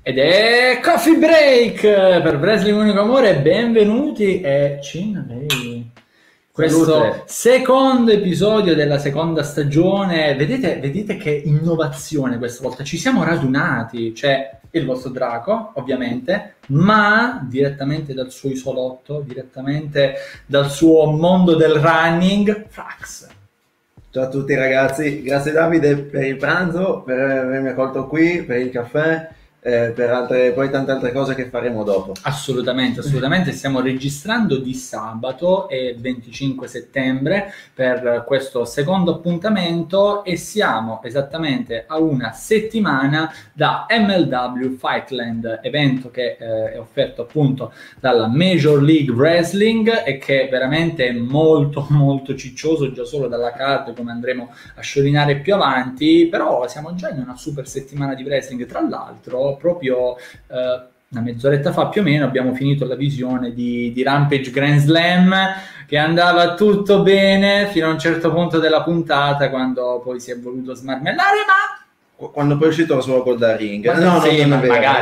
Ed è Coffee Break per Wrestling Unico Amore, benvenuti e Cin, questo Salute. secondo episodio della seconda stagione. Vedete che innovazione questa volta, ci siamo radunati, c'è il vostro Draco ovviamente, ma direttamente dal suo isolotto, direttamente dal suo mondo del running, Frax. Ciao a tutti ragazzi, grazie Davide per il pranzo, per avermi accolto qui, per il caffè, poi tante altre cose che faremo dopo. Assolutamente, stiamo registrando di sabato e 25 settembre per questo secondo appuntamento e siamo esattamente a una settimana da MLW Fightland, evento che è offerto appunto dalla Major League Wrestling e che veramente è molto molto ciccioso già solo dalla card, come andremo a sciorinare più avanti, però siamo già in una super settimana di wrestling. Tra l'altro proprio una mezz'oretta fa più o meno abbiamo finito la visione di Rampage Grand Slam, che andava tutto bene fino a un certo punto della puntata, quando poi si è voluto smarmellare, ma quando poi è uscito solo col da ring. Magari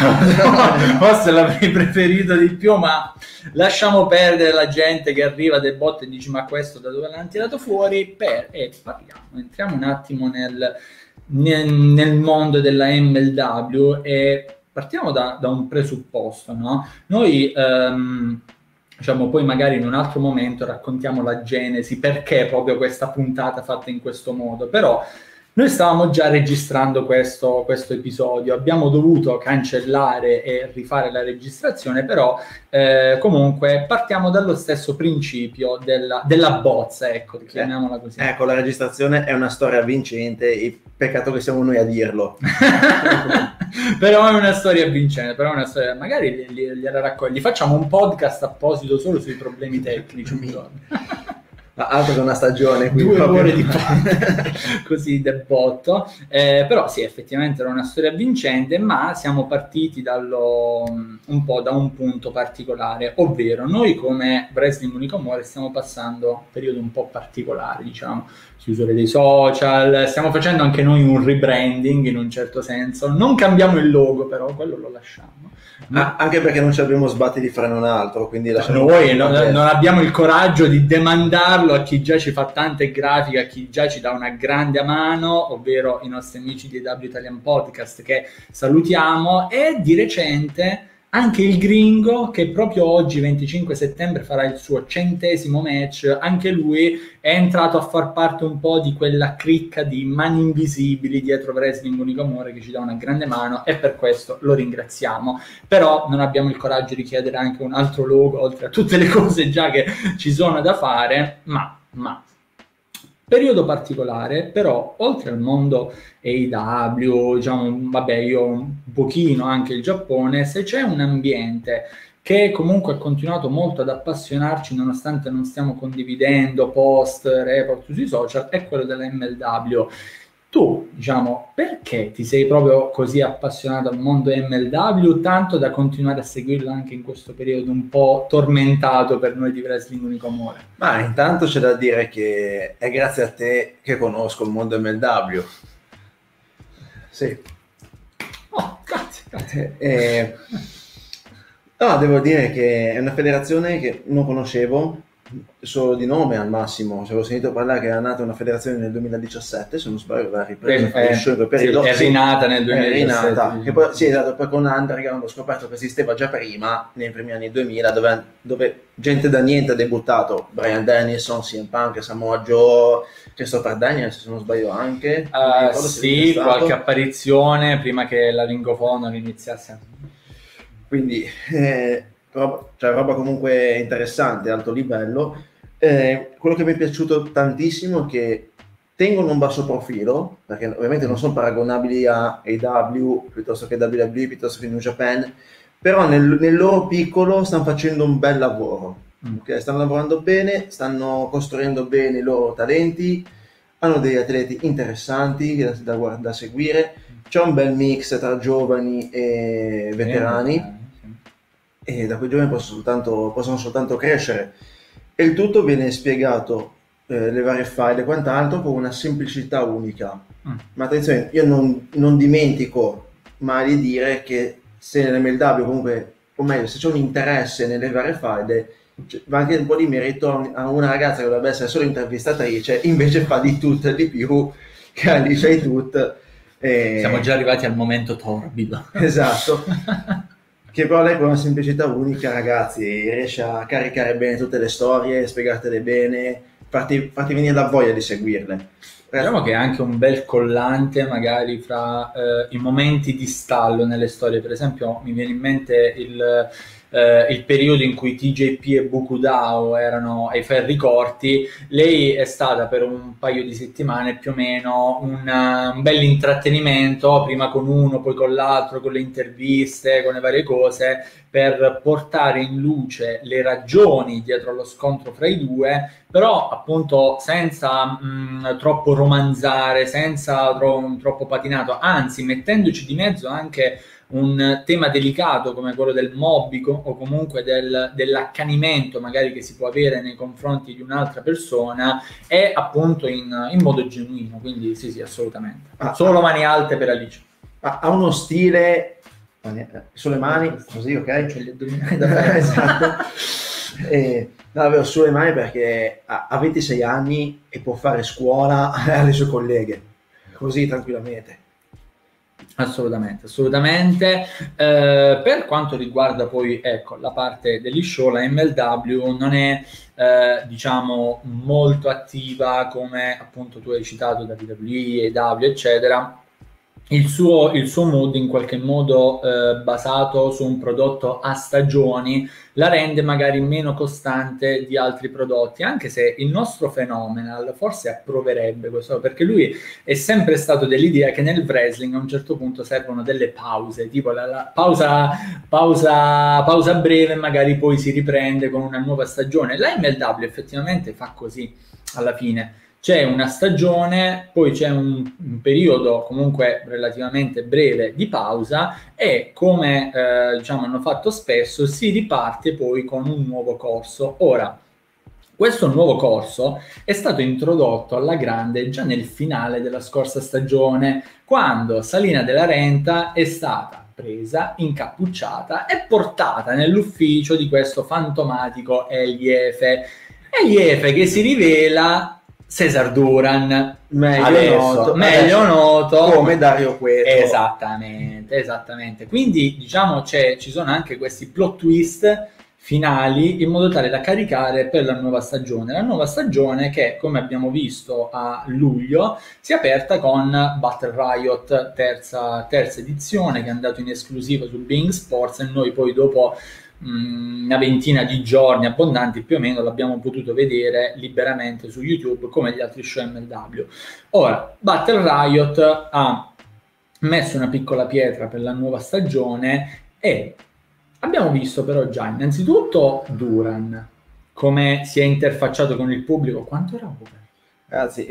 forse l'avrei preferito di più, ma lasciamo perdere la gente che arriva del botto e dice ma questo da dove l'hanno tirato fuori, e parliamo, entriamo un attimo nel mondo della MLW e partiamo da un presupposto, no? Noi diciamo, poi magari in un altro momento raccontiamo la genesi, perché proprio questa puntata fatta in questo modo, però noi stavamo già registrando questo episodio, abbiamo dovuto cancellare e rifare la registrazione, però comunque partiamo dallo stesso principio della bozza, ecco, chiamiamola così. Ecco, la registrazione è una storia vincente, e peccato che siamo noi a dirlo. Però è una storia vincente, magari gliela raccogli, facciamo un podcast apposito solo sui problemi tecnici. Altro che una stagione, 2 ore di così del botto, però sì, effettivamente era una storia vincente, ma siamo partiti un po' da un punto particolare, ovvero noi come Wrestling Unico Amore stiamo passando un periodo un po' particolare, diciamo, chiusure dei social, stiamo facendo anche noi un rebranding in un certo senso, non cambiamo il logo, però quello lo lasciamo. Anche perché non ci abbiamo sbatti di fare un altro, quindi noi non abbiamo il coraggio di demandarlo a chi già ci fa tante grafiche, a chi già ci dà una grande mano, ovvero i nostri amici di W Italian Podcast, che salutiamo, e di recente anche il Gringo, che proprio oggi 25 settembre farà il suo 100° match, anche lui è entrato a far parte un po' di quella cricca di mani invisibili dietro Wrestling Unico Amore, che ci dà una grande mano, e per questo lo ringraziamo. Però non abbiamo il coraggio di chiedere anche un altro logo, oltre a tutte le cose già che ci sono da fare, ma periodo particolare, però oltre al mondo AEW, diciamo, vabbè, io un pochino anche il Giappone, se c'è un ambiente che comunque ha continuato molto ad appassionarci nonostante non stiamo condividendo post, report sui social, è quello della MLW. Tu, diciamo, perché ti sei proprio così appassionato al mondo MLW, tanto da continuare a seguirlo anche in questo periodo un po' tormentato per noi di Wrestling Unico Amore? Ma intanto c'è da dire che è grazie a te che conosco il mondo MLW. Sì. Oh, grazie. No, devo dire che è una federazione che non conoscevo, solo di nome al massimo. Avevo sentito parlare che era nata una federazione nel 2017, se non sbaglio, aveva ripreso è rinata nel 2017. Che poi, sì, esatto, poi con Underground ho scoperto che esisteva già prima, nei primi anni 2000, dove gente da niente ha debuttato: Bryan Danielson, CM Punk, Samoa Joe, Christopher Daniels, se non sbaglio anche. Sì, qualche apparizione prima che la Ring of Honor iniziasse. Quindi roba comunque interessante, alto livello. Quello che mi è piaciuto tantissimo è che tengono un basso profilo, perché ovviamente non sono paragonabili a AEW piuttosto che WWE, piuttosto che New Japan, però nel loro piccolo stanno facendo un bel lavoro. Okay? Stanno lavorando bene, stanno costruendo bene i loro talenti, hanno degli atleti interessanti da seguire, c'è un bel mix tra giovani e veterani. E da quei giovani possono soltanto crescere, e il tutto viene spiegato, le varie file e quant'altro, con una semplicità unica. Ma attenzione, io non dimentico male dire che se nell'MLW comunque, o meglio, se c'è un interesse nelle varie faide, va anche un po' di merito a una ragazza che dovrebbe essere solo intervistatrice, invece fa di tutto e di più, che dice di tutto. Siamo già arrivati al momento torbido. Esatto. Che però lei con una semplicità unica, ragazzi, riesce a caricare bene tutte le storie, spiegartele bene, farti venire la voglia di seguirle. Diciamo che è anche un bel collante magari fra i momenti di stallo nelle storie. Per esempio mi viene in mente il periodo in cui TJP e Bukudao erano ai ferri corti. Lei è stata per un paio di settimane più o meno un bel intrattenimento, prima con uno, poi con l'altro, con le interviste, con le varie cose, per portare in luce le ragioni dietro allo scontro fra i due, però appunto senza troppo romanzare, senza troppo patinato, anzi mettendoci di mezzo anche un tema delicato come quello del mobbing o comunque dell'accanimento magari che si può avere nei confronti di un'altra persona, e appunto in modo genuino. Quindi sì, assolutamente. Solo mani alte per Alice. Ha uno stile sulle mani, così, ok? C'è gli addominali da fare. Esatto. No, avevo sulle mani perché ha 26 anni e può fare scuola alle sue colleghe, così tranquillamente. Assolutamente. Per quanto riguarda poi la parte degli show, la MLW non è diciamo molto attiva come appunto tu hai citato WWE, AEW eccetera. Il suo mood in qualche modo basato su un prodotto a stagioni la rende magari meno costante di altri prodotti, anche se il nostro Phenomenal forse approverebbe questo, perché lui è sempre stato dell'idea che nel wrestling a un certo punto servono delle pause, tipo la pausa breve, magari poi si riprende con una nuova stagione. La MLW effettivamente fa così alla fine. C'è una stagione, poi c'è un periodo comunque relativamente breve di pausa e come diciamo hanno fatto spesso si riparte poi con un nuovo corso. Ora, questo nuovo corso è stato introdotto alla grande già nel finale della scorsa stagione, quando Salina Della Renta è stata presa, incappucciata e portata nell'ufficio di questo fantomatico Eliefe che si rivela Cesar Duran, meglio noto come Dario Cueto. Esattamente. Quindi diciamo ci sono anche questi plot twist finali in modo tale da caricare per la nuova stagione. La nuova stagione che, come abbiamo visto a luglio, si è aperta con Battle Riot terza edizione, che è andato in esclusiva su Being Sports, e noi poi dopo una ventina di giorni abbondanti più o meno l'abbiamo potuto vedere liberamente su YouTube come gli altri show MLW. Ora, Battle Riot ha messo una piccola pietra per la nuova stagione e abbiamo visto però già innanzitutto Duran come si è interfacciato con il pubblico. Quanto era ora? Ragazzi,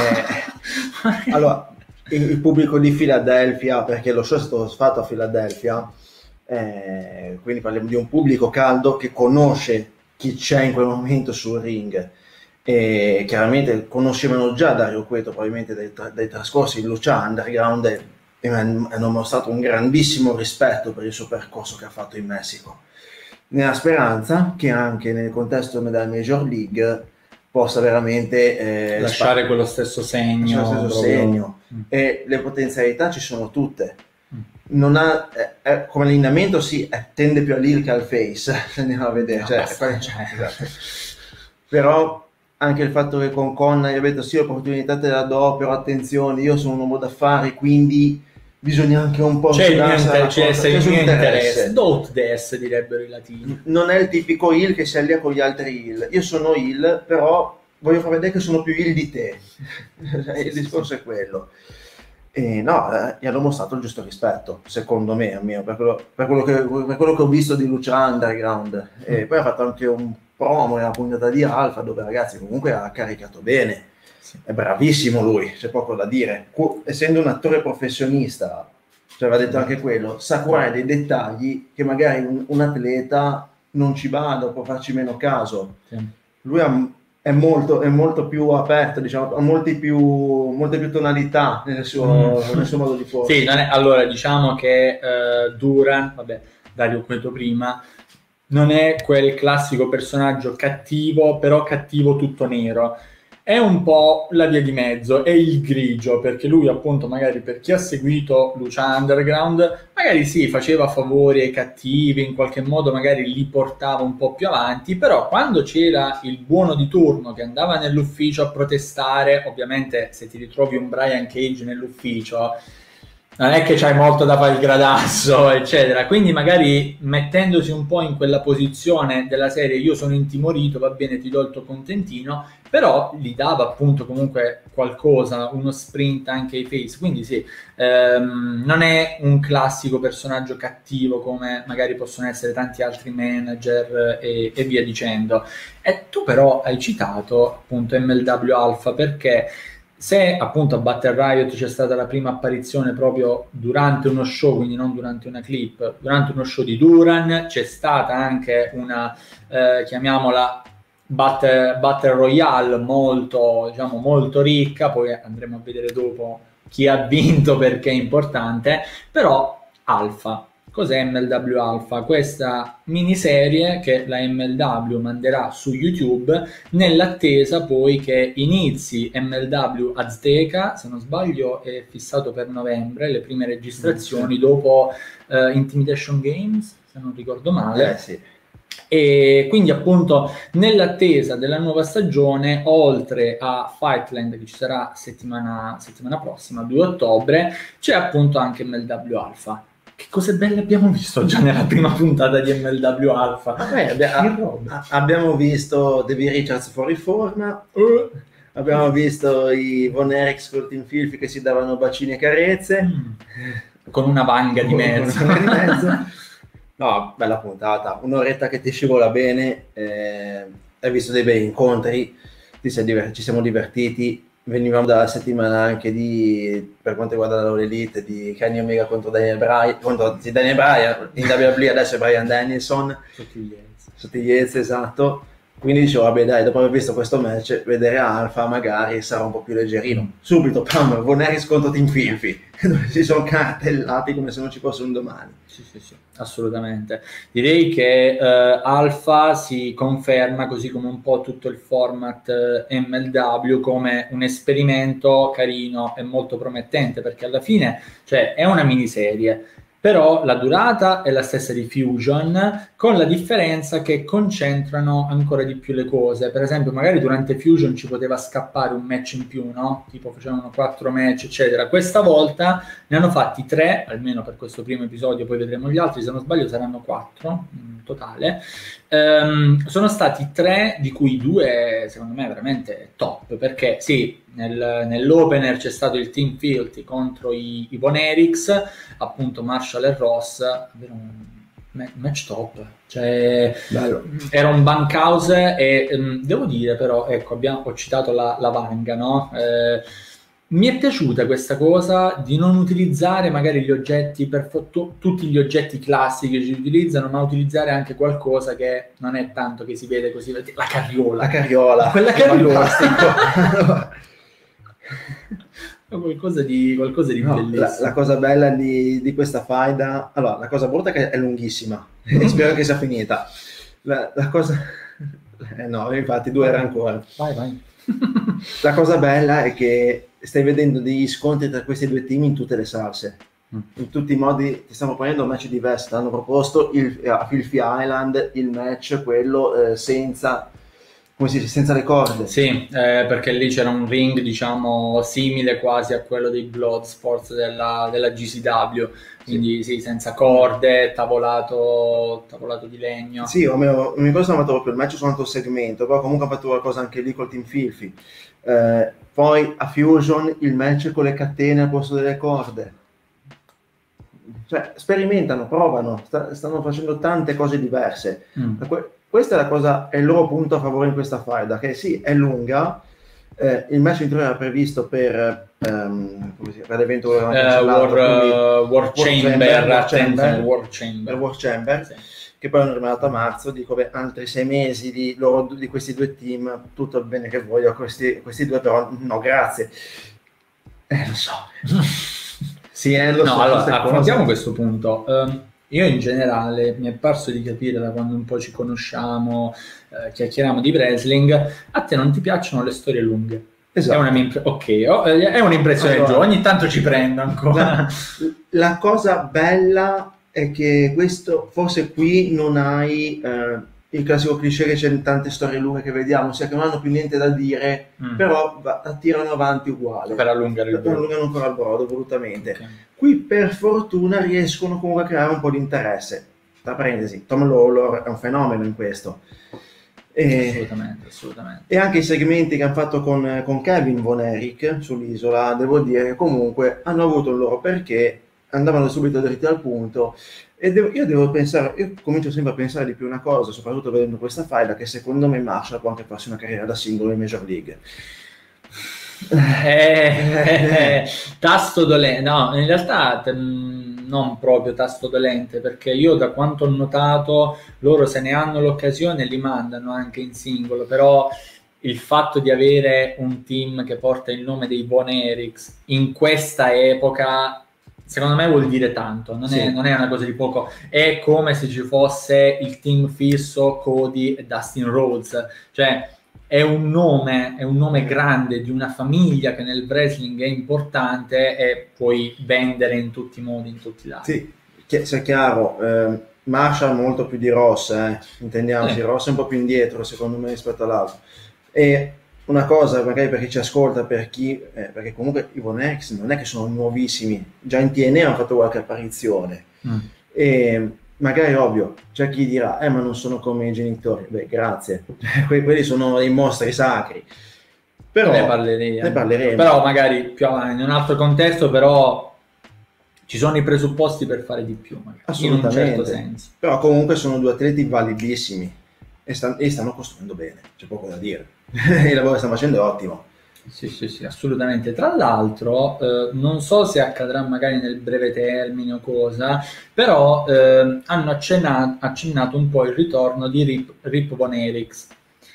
allora il pubblico di Filadelfia, perché lo show è stato fatto a Filadelfia, quindi parliamo di un pubblico caldo che conosce chi c'è in quel momento sul ring, e chiaramente conoscevano già Dario Cueto probabilmente dai trascorsi in Lucha Underground, e hanno mostrato un grandissimo rispetto per il suo percorso che ha fatto in Messico, nella speranza che anche nel contesto della Major League possa veramente lasciare quello stesso segno. E le potenzialità ci sono tutte. Non ha come allineamento tende più all'heel che al face, se andiamo a vedere, esatto. Però anche il fatto che con Conna gli ha detto sì, l'opportunità te la do, però attenzione, io sono un uomo d'affari, quindi bisogna anche un po' c'è il mio interesse. Don't des, direbbero i latini. Non è il tipico heel che si allia con gli altri heel. Io sono heel, però voglio far vedere che sono più heel di te. Il discorso è quello. Gli hanno mostrato il giusto rispetto, secondo me, almeno per quello che ho visto di Lucha Underground. E poi ha fatto anche un promo nella puntata di Alpha, dove ragazzi comunque ha caricato bene. È bravissimo lui, c'è poco da dire. Essendo un attore professionista, va detto anche quello, sa curare dei dettagli che magari un atleta non ci va, può farci meno caso. Lui ha è molto più aperto, diciamo, ha molte più tonalità nel suo modo di porsi. Sì, allora diciamo che Duran, vabbè, Dario Cueto prima, non è quel classico personaggio cattivo, però cattivo tutto nero. È un po' la via di mezzo, è il grigio, perché lui appunto magari per chi ha seguito Lucha Underground, magari sì, faceva favori ai cattivi, in qualche modo magari li portava un po' più avanti, però quando c'era il buono di turno che andava nell'ufficio a protestare, ovviamente se ti ritrovi un Brian Cage nell'ufficio, non è che c'hai molto da fare il gradasso, eccetera. Quindi magari mettendosi un po' in quella posizione della serie io sono intimorito, va bene, ti do il tuo contentino, però gli dava appunto comunque qualcosa, uno sprint anche ai face. Quindi sì, non è un classico personaggio cattivo come magari possono essere tanti altri manager e via dicendo. E tu però hai citato appunto MLW Alpha perché... Se appunto a Battle Riot c'è stata la prima apparizione proprio durante uno show, quindi non durante una clip, durante uno show di Duran, c'è stata anche una, chiamiamola, Battle Royale molto, diciamo, molto ricca, poi andremo a vedere dopo chi ha vinto perché è importante, però Alpha. Cos'è MLW Alpha? Questa miniserie che la MLW manderà su YouTube nell'attesa poi che inizi MLW Azteca, se non sbaglio è fissato per novembre, le prime registrazioni dopo Intimidation Games, se non ricordo male. Sì. E quindi appunto nell'attesa della nuova stagione, oltre a Fightland che ci sarà settimana prossima, 2 ottobre, c'è appunto anche MLW Alpha. Che cose belle abbiamo visto già nella prima puntata di MLW Alpha? Abbiamo visto Debbie Richards fuori forma, abbiamo visto i Von Erichs col Team Filthy che si davano bacini e carezze. Con una vanga di mezzo. No, bella puntata, un'oretta che ti scivola bene, hai visto dei bei incontri, ci siamo divertiti. Venivamo dalla settimana anche per quanto riguarda la Elite di Kenny Omega contro Daniel Bryan, in WWE adesso è Bryan Danielson sotto gli Yates, esatto. Quindi dicevo, vabbè dai, dopo aver visto questo match, vedere Alpha magari sarà un po' più leggerino. Subito, pam, Von Erichs contro Team Filthy, dove si sono cartellati come se non ci fosse un domani. Sì, assolutamente. Direi che Alpha si conferma, così come un po' tutto il format MLW, come un esperimento carino e molto promettente, perché alla fine, cioè, è una miniserie, però la durata è la stessa di Fusion, con la differenza che concentrano ancora di più le cose. Per esempio, magari durante Fusion ci poteva scappare un match in più, no? Tipo facevano 4 match, eccetera. Questa volta ne hanno fatti 3, almeno per questo primo episodio, poi vedremo gli altri, se non sbaglio saranno 4 in totale. Sono stati 3, di cui 2 secondo me veramente top, perché sì, nell'opener c'è stato il Team Filthy contro i Von Erichs, appunto Marshall e Ross, davvero un match top, cioè era un bunkhouse e devo dire però, ecco, ho citato la vanga, no? Mi è piaciuta questa cosa di non utilizzare magari gli oggetti, tutti gli oggetti classici che si utilizzano, ma utilizzare anche qualcosa che non è tanto che si vede così, la carriola. Quella carriola. Qualcosa di bellissimo. La cosa bella di questa faida, allora, la cosa brutta è che è lunghissima e spero che sia finita. La cosa no, infatti 2 era ancora. Vai. La cosa bella è che stai vedendo degli scontri tra questi 2 team in tutte le salse, in tutti i modi. Ti stanno proponendo match diversi. Hanno proposto a Filthy Island il match quello senza le corde. Sì, perché lì c'era un ring, diciamo, simile quasi a quello dei Bloodsport della GCW, quindi sì, senza corde, tavolato di legno. Sì, o meno, non mi ricordo se hanno fatto proprio il match su un altro segmento, però comunque hanno fatto qualcosa anche lì col Team Filthy. Poi a Fusion il match con le catene al posto delle corde. Cioè, sperimentano, provano, stanno facendo tante cose diverse. Questa è la cosa, è il loro punto a favore in questa faida, che sì, è lunga. Il match in era previsto per l'evento War Chamber. Sì. che poi hanno rimandato a marzo, dico beh, altri 6 mesi di questi due team, tutto il bene che voglio, questi due però no grazie. Lo so. Sì, lo so. Allora, affrontiamo questo punto. Io in generale mi è parso di capire da quando un po' ci conosciamo, chiacchieriamo di wrestling, a te non ti piacciono le storie lunghe. Esatto. È un'impressione allora, giù, ogni tanto ci prendo ancora. La cosa bella è che questo, forse qui non hai il classico cliché che c'è in tante storie lunghe che vediamo, ossia che non hanno più niente da dire, però tirano avanti uguale. Per allungare il brodo. Allungano ancora il brodo, volutamente. Okay. Qui per fortuna riescono comunque a creare un po' di interesse. Tra parentesi, Tom Lawlor è un fenomeno in questo. Assolutamente. E anche i segmenti che hanno fatto con Kevin Von Erich sull'isola, devo dire che comunque hanno avuto il loro perché, andavano subito dritti al punto. E io comincio sempre a pensare di più una cosa, soprattutto vedendo questa faida, che secondo me Marshall può anche farsi una carriera da singolo in Major League. Tasto dolente, no, in realtà non proprio tasto dolente, perché io da quanto ho notato loro, se ne hanno l'occasione, li mandano anche in singolo, però il fatto di avere un team che porta il nome dei Von Erichs in questa epoca, secondo me vuol dire tanto, non è una cosa di poco. È come se ci fosse il team fisso Cody e Dustin Rhodes, cioè è un nome grande di una famiglia che nel wrestling è importante e puoi vendere in tutti i modi, in tutti i lati. Sì, sia chiaro, Marshall molto più di Ross, intendiamoci, Ross è un po' più indietro secondo me rispetto all'altro. E una cosa magari per chi ci ascolta, perché comunque i Von Erichs non è che sono nuovissimi, già in TNA hanno fatto qualche apparizione, e magari ovvio c'è chi dirà ma non sono come i genitori, beh grazie, quelli sono dei mostri sacri, però ne parleremo, però magari più avanti in un altro contesto, però ci sono i presupposti per fare di più, magari, assolutamente, in un certo senso. Però comunque sono due atleti validissimi e stanno costruendo bene, c'è poco da dire. Il lavoro che stanno facendo è ottimo. Sì, assolutamente. Tra l'altro, non so se accadrà magari nel breve termine o cosa, però hanno accennato un po' il ritorno di Rip Von Erichs,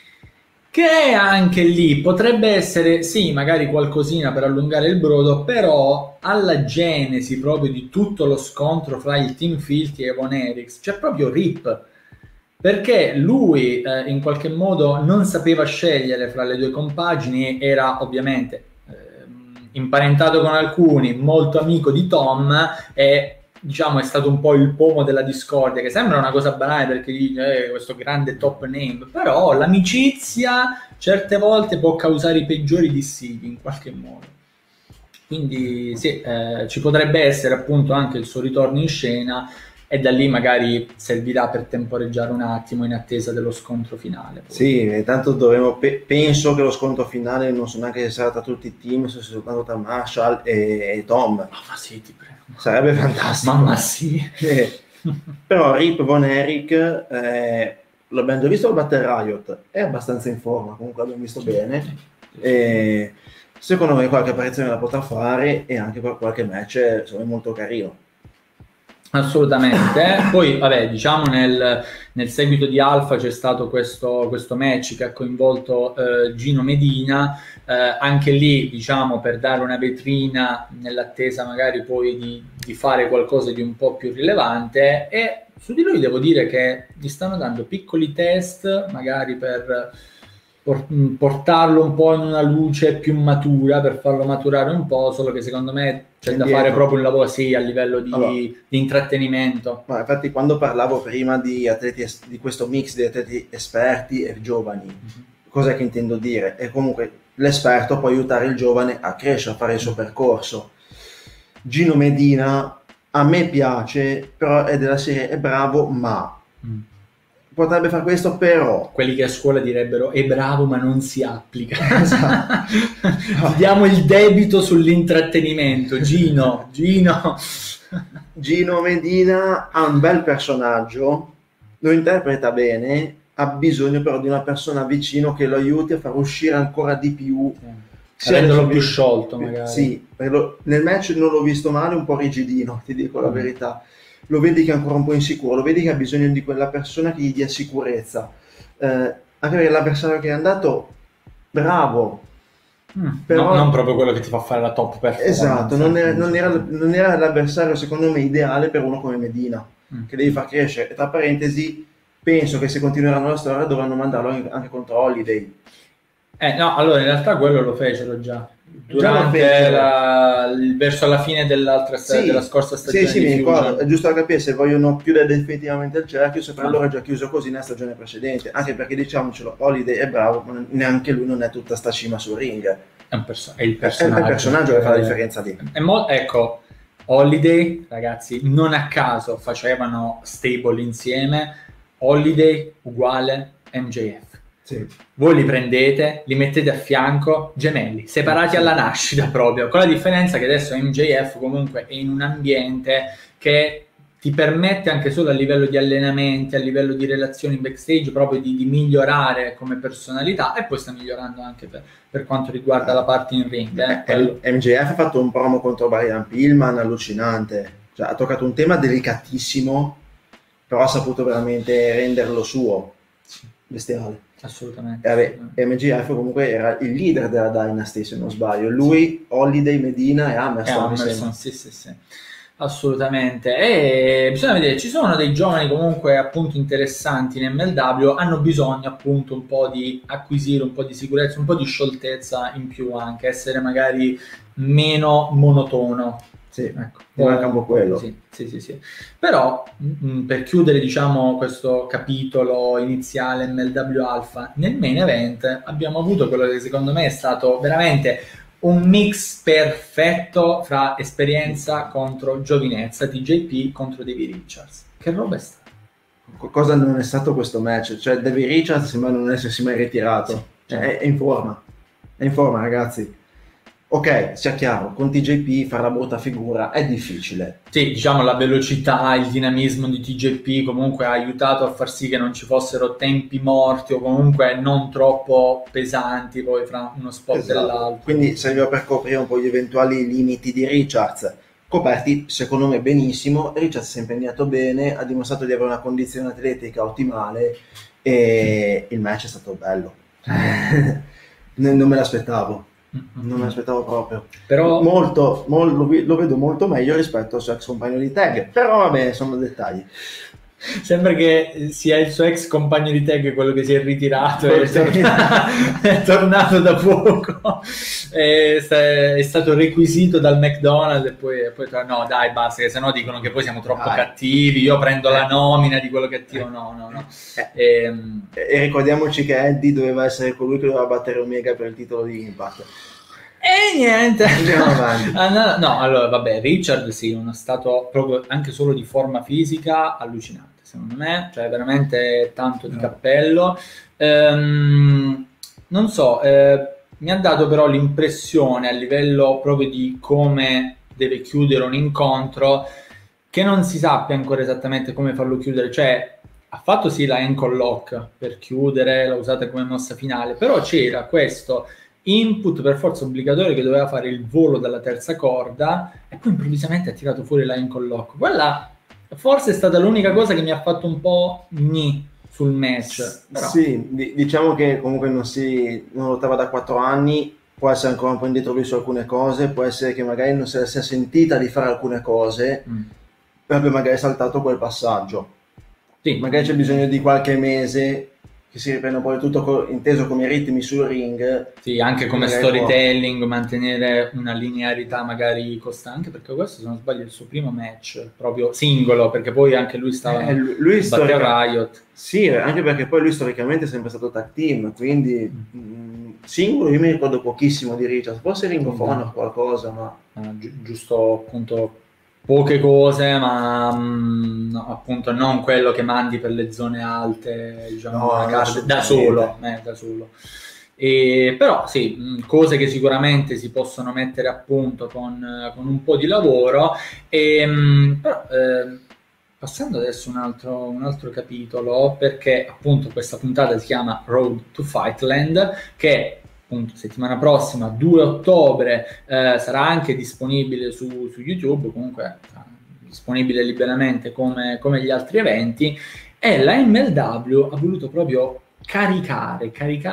che anche lì potrebbe essere, sì, magari qualcosina per allungare il brodo, però alla genesi proprio di tutto lo scontro fra il Team Filthy e Von Erichs c'è proprio Rip. Perché lui in qualche modo non sapeva scegliere fra le due compagini, era ovviamente imparentato con alcuni, molto amico di Tom e diciamo è stato un po' il pomo della discordia, che sembra una cosa banale perché dice questo grande top name, però l'amicizia certe volte può causare i peggiori dissidi in qualche modo. Quindi sì, ci potrebbe essere appunto anche il suo ritorno in scena, e da lì magari servirà per temporeggiare un attimo in attesa dello scontro finale. Poi. Sì, tanto penso che lo scontro finale non so neanche se sarà tra tutti i team, se soltanto tra Marshall e Tom. Ma sì, ti prego. Sarebbe fantastico. Mamma sì. Però Rip Von Erich, l'abbiamo già visto al Battle Riot, è abbastanza in forma, comunque l'abbiamo visto bene. E secondo me qualche apparizione la potrà fare e anche qualche match è molto carino. Assolutamente. Poi vabbè, diciamo nel seguito di Alpha c'è stato questo match che ha coinvolto Gino Medina, anche lì diciamo per dare una vetrina nell'attesa magari poi di fare qualcosa di un po' più rilevante, e su di lui devo dire che gli stanno dando piccoli test magari per portarlo un po' in una luce più matura, per farlo maturare un po', solo che secondo me c'è da fare proprio un lavoro a livello di intrattenimento. Ma infatti quando parlavo prima di atleti, di questo mix di atleti esperti e giovani, cosa che intendo dire? È comunque l'esperto può aiutare il giovane a crescere, a fare il suo percorso. Gino Medina a me piace, però è della serie è bravo, ma potrebbe fare questo, però quelli che a scuola direbbero è bravo ma non si applica. Esatto. Ti diamo il debito sull'intrattenimento. Gino Medina ha un bel personaggio, lo interpreta bene, ha bisogno però di una persona vicino che lo aiuti a far uscire ancora di più, renderlo più sciolto magari. Sì, nel match non l'ho visto male, un po' rigidino, ti dico la verità. lo vedi che è ancora un po' insicuro, lo vedi che ha bisogno di quella persona che gli dia sicurezza. Anche perché l'avversario che è andato, bravo, però non proprio quello che ti fa fare la top performance. Esatto, non era l'avversario secondo me ideale per uno come Medina, che devi far crescere. E tra parentesi, penso che se continueranno la storia dovranno mandarlo anche contro Holiday. No, allora in realtà quello lo fecero già durante verso la fine della scorsa stagione. Sì, mi ricordo. È giusto da capire se vogliono chiudere definitivamente il cerchio, se per loro è già chiuso così nella stagione precedente, anche perché diciamocelo, Holiday è bravo, ma neanche lui non è tutta sta cima sul ring. È il personaggio che fa la differenza lì. Ecco, Holiday, ragazzi, non a caso facevano stable insieme, Holiday uguale MJF. Sì. Voi li prendete, li mettete a fianco, gemelli, separati alla nascita proprio, con la differenza che adesso MJF comunque è in un ambiente che ti permette anche solo a livello di allenamenti, a livello di relazioni backstage, proprio di migliorare come personalità, e poi sta migliorando anche per quanto riguarda la parte in ring. MJF ha fatto un promo contro Brian Pillman allucinante, cioè, ha toccato un tema delicatissimo, però ha saputo veramente renderlo suo, bestiale. Assolutamente. MJF comunque era il leader della Dynasty, se non sbaglio, lui, Holiday, Medina e Hammerstone. Sì. Assolutamente, e bisogna vedere, ci sono dei giovani comunque appunto interessanti in MLW, hanno bisogno appunto un po' di acquisire un po' di sicurezza, un po' di scioltezza in più, anche essere magari meno monotono. Sì, ecco, manca un po' quello. Sì. Però per chiudere diciamo questo capitolo iniziale MLW Alpha, nel main event abbiamo avuto quello che secondo me è stato veramente un mix perfetto fra esperienza contro giovinezza, TJP contro Davey Richards. Che roba è stata? Cosa non è stato questo match? Cioè Davey Richards sembra non essersi mai ritirato, cioè, è in forma ragazzi. Ok, sia chiaro, con TJP fare la brutta figura è difficile. Sì, diciamo la velocità, il dinamismo di TJP comunque ha aiutato a far sì che non ci fossero tempi morti o comunque non troppo pesanti poi fra uno spot e l'altro. Quindi serviva per coprire un po' gli eventuali limiti di Richards, coperti secondo me benissimo. Richards si è impegnato bene, ha dimostrato di avere una condizione atletica ottimale e il match è stato bello. Non me l'aspettavo. Non me l'aspettavo proprio, però lo vedo molto meglio rispetto al suo ex compagno di tag, però vabbè, sono dettagli. Sembra che sia il suo ex compagno di tag quello che si è ritirato e è tornato da poco, è stato requisito dal McDonald's e poi no dai basta, che sennò dicono che poi siamo troppo cattivi, io prendo la nomina di quello cattivo, no. E ricordiamoci che Eddie doveva essere colui che doveva battere Omega per il titolo di Impact. E niente, andiamo avanti. No, allora vabbè, Richard sì, è uno stato proprio anche solo di forma fisica allucinante, secondo me, cioè veramente tanto di cappello. Non so, mi ha dato però l'impressione a livello proprio di come deve chiudere un incontro che non si sappia ancora esattamente come farlo chiudere, cioè ha fatto sì la ankle lock per chiudere, l'ha usata come mossa finale, però c'era questo input per forza obbligatorio che doveva fare il volo dalla terza corda e poi improvvisamente ha tirato fuori la ankle lock. Quella forse è stata l'unica cosa che mi ha fatto un po' sul match. Però. Sì, diciamo che comunque non lottava da 4 anni, può essere ancora un po' indietro lui su alcune cose, può essere che magari non se la sia sentita di fare alcune cose, proprio magari saltato quel passaggio. Sì. Magari c'è bisogno di qualche mese che si riprenda poi tutto inteso come ritmi sul ring. Sì, anche come storytelling, mantenere una linearità magari costante, perché questo, se non sbaglio, è il suo primo match proprio singolo, perché poi anche lui stava lui batte Riot. Sì, anche perché poi lui storicamente è sempre stato tag team, quindi singolo io mi ricordo pochissimo di Richard, forse Ring of Honor qualcosa, ma giusto appunto poche cose, ma no, appunto non quello che mandi per le zone alte, diciamo, da solo. Però sì, cose che sicuramente si possono mettere a punto con un po' di lavoro. Però passando adesso un altro capitolo, perché appunto questa puntata si chiama Road to Fightland, che appunto settimana prossima 2 ottobre sarà anche disponibile su YouTube, comunque disponibile liberamente come gli altri eventi, e la MLW ha voluto proprio caricare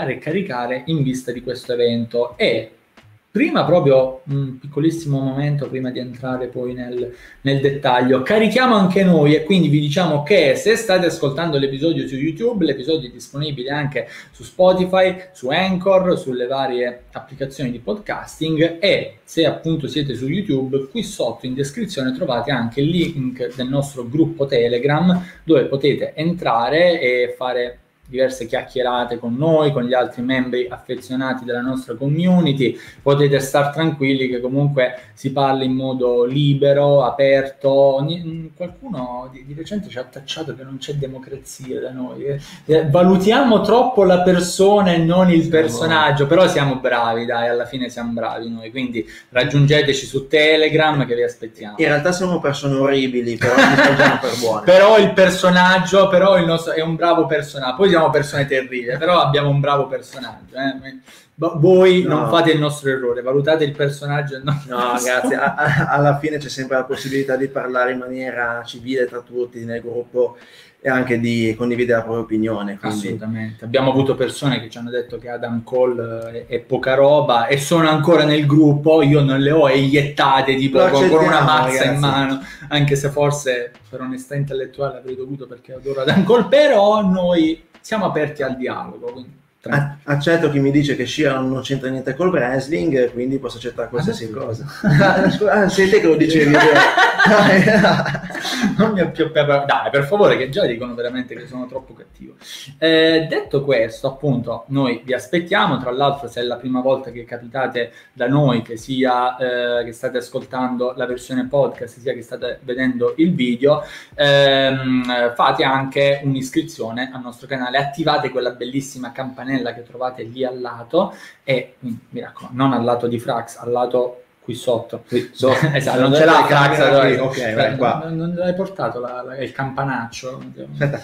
in vista di questo evento. E prima, proprio un piccolissimo momento prima di entrare poi nel dettaglio, carichiamo anche noi, e quindi vi diciamo che se state ascoltando l'episodio su YouTube, l'episodio è disponibile anche su Spotify, su Anchor, sulle varie applicazioni di podcasting, e se appunto siete su YouTube, qui sotto in descrizione trovate anche il link del nostro gruppo Telegram, dove potete entrare e fare diverse chiacchierate con noi, con gli altri membri affezionati della nostra community. Potete star tranquilli che comunque si parla in modo libero, aperto. Qualcuno di recente ci ha tacciato che non c'è democrazia da noi. Valutiamo troppo la persona e non il personaggio, però siamo bravi, dai, alla fine siamo bravi noi, quindi raggiungeteci su Telegram che vi aspettiamo. In realtà siamo persone orribili, però ci prendiamo per buone. Però il personaggio, però il nostro è un bravo personaggio. Poi siamo persone terribili, però abbiamo un bravo personaggio. Voi non fate il nostro errore, valutate il personaggio. No, ragazzi, alla fine c'è sempre la possibilità di parlare in maniera civile tra tutti nel gruppo e anche di condividere la propria opinione. Quindi... Assolutamente. Abbiamo avuto persone che ci hanno detto che Adam Cole è poca roba e sono ancora nel gruppo. Io non le ho eiettate tipo con una mazza in mano, anche se forse per onestà intellettuale avrei dovuto, perché adoro Adam Cole, però noi siamo aperti al dialogo, quindi accetto chi mi dice che Sheeran non c'entra niente col wrestling, quindi posso accettare qualsiasi cosa. Senti che lo dicevi. Non mi ha più dai, per favore, che già dicono veramente che sono troppo cattivo. Detto questo, appunto, noi vi aspettiamo. Tra l'altro, se è la prima volta che capitate da noi, che sia che state ascoltando la versione podcast, sia che state vedendo il video, fate anche un'iscrizione al nostro canale, attivate quella bellissima campanella che trovate lì al lato, e mi raccomando, non al lato di Frax, al lato qui sotto. Esatto, non c'è la Frax, ok, vai qua. Non l'hai portato il campanaccio? Aspetta.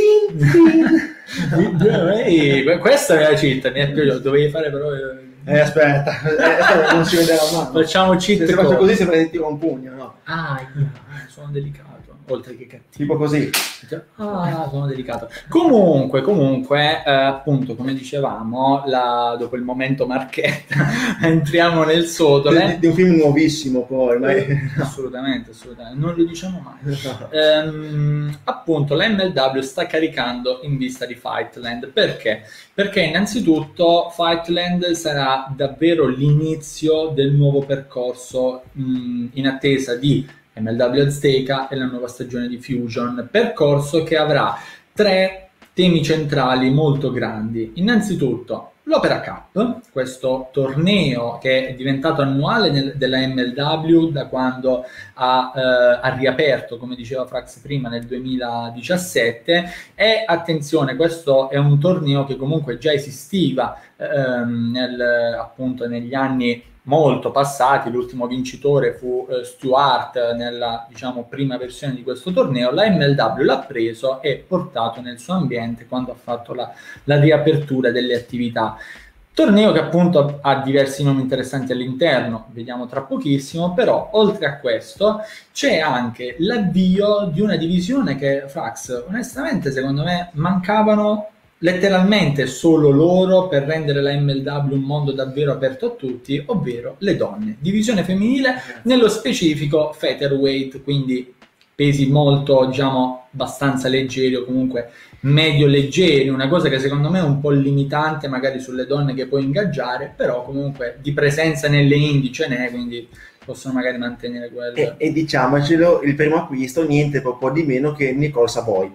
Questa è la cheat, mi è piaciuto, dovevi fare però... aspetta, non si vede la mano. Facciamo cheat. Se faccio così sembra che tiro un pugno, no? Sono delicato, oltre che cattivo. Tipo così. Sono delicato. Comunque, appunto, come dicevamo, dopo il momento marchetta, entriamo nel sotole. Di un film nuovissimo poi, ma assolutamente, non lo diciamo mai. Appunto, la MLW sta caricando in vista di Fightland. Perché? Perché innanzitutto Fightland sarà davvero l'inizio del nuovo percorso in attesa di MLW Azteca e la nuova stagione di Fusion, percorso che avrà 3 temi centrali molto grandi. Innanzitutto l'Opera Cup, questo torneo che è diventato annuale della MLW da quando ha riaperto, come diceva Frax prima, nel 2017, e attenzione, questo è un torneo che comunque già esisteva appunto negli anni molto passati. L'ultimo vincitore fu Stuart nella, diciamo, prima versione di questo torneo. La MLW l'ha preso e portato nel suo ambiente quando ha fatto la riapertura delle attività. Torneo che appunto ha diversi nomi interessanti all'interno, vediamo tra pochissimo, però oltre a questo c'è anche l'avvio di una divisione che, Frax, onestamente secondo me mancavano letteralmente solo loro per rendere la MLW un mondo davvero aperto a tutti, ovvero le donne. Divisione femminile, nello specifico featherweight, quindi pesi molto, diciamo, abbastanza leggeri o comunque medio leggeri, una cosa che secondo me è un po' limitante magari sulle donne che puoi ingaggiare, però comunque di presenza nelle indie ce n'è, quindi possono magari mantenere quello. E diciamocelo, il primo acquisto niente po' di meno che Nicole Savoy.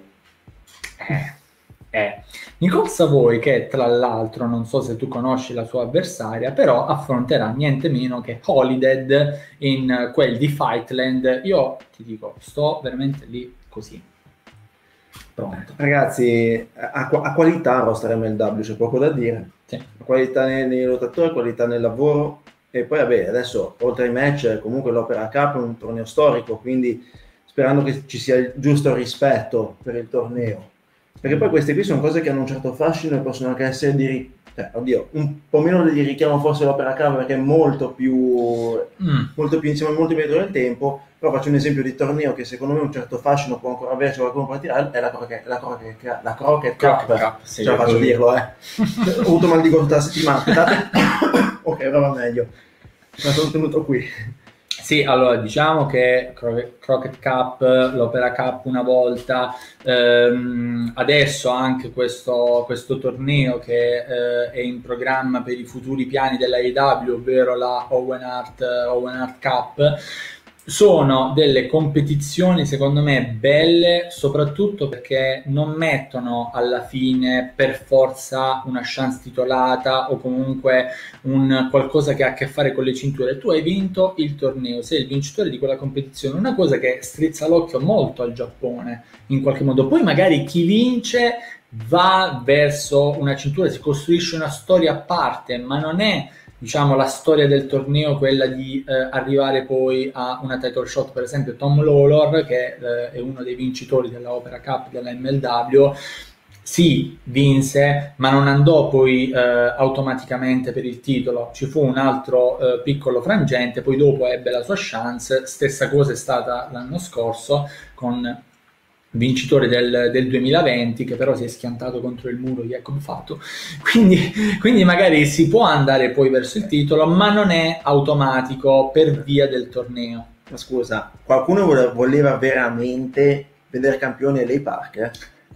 Nicole Savoy, che tra l'altro non so se tu conosci la sua avversaria, però affronterà niente meno che Holidead in quel di Fightland. Io ti dico, sto veramente lì così pronto. Ragazzi, a qualità roster MLW c'è poco da dire. Sì. Qualità nei lottatori, qualità nel lavoro, e poi vabbè, adesso oltre ai match comunque l'Opera Cup è un torneo storico, quindi sperando che ci sia il giusto rispetto per il torneo. Perché poi queste qui sono cose che hanno un certo fascino e possono anche essere oddio, un po' meno di richiamo forse l'Opera Cup perché è molto più insieme, molto più dentro del tempo, però faccio un esempio di torneo che secondo me un certo fascino può ancora averci, qualcuno può tirare, è la Crockett Cup, sì, ce la faccio dirlo, ho avuto mal di gola la settimana, aspettate, ok, ora va meglio, ma sono tenuto qui. Sì, allora diciamo che Crockett Cup, l'Opera Cup una volta, adesso anche questo torneo che è in programma per i futuri piani della AEW, ovvero la Owen Hart Cup, sono delle competizioni secondo me belle, soprattutto perché non mettono alla fine per forza una chance titolata o comunque un qualcosa che ha a che fare con le cinture. Tu hai vinto il torneo, sei il vincitore di quella competizione, una cosa che strizza l'occhio molto al Giappone in qualche modo. Poi magari chi vince va verso una cintura, si costruisce una storia a parte, ma non è, diciamo, la storia del torneo quella di arrivare poi a una title shot. Per esempio Tom Lawlor, che è uno dei vincitori della Opera Cup della MLW, sì, vinse, ma non andò poi automaticamente per il titolo. Ci fu un altro piccolo frangente, poi dopo ebbe la sua chance. Stessa cosa è stata l'anno scorso con vincitore del 2020, che però si è schiantato contro il muro Jacob Fatu. Quindi magari si può andare poi verso il titolo, ma non è automatico per via del torneo. Ma scusa, qualcuno voleva veramente vedere campione Lei Parker?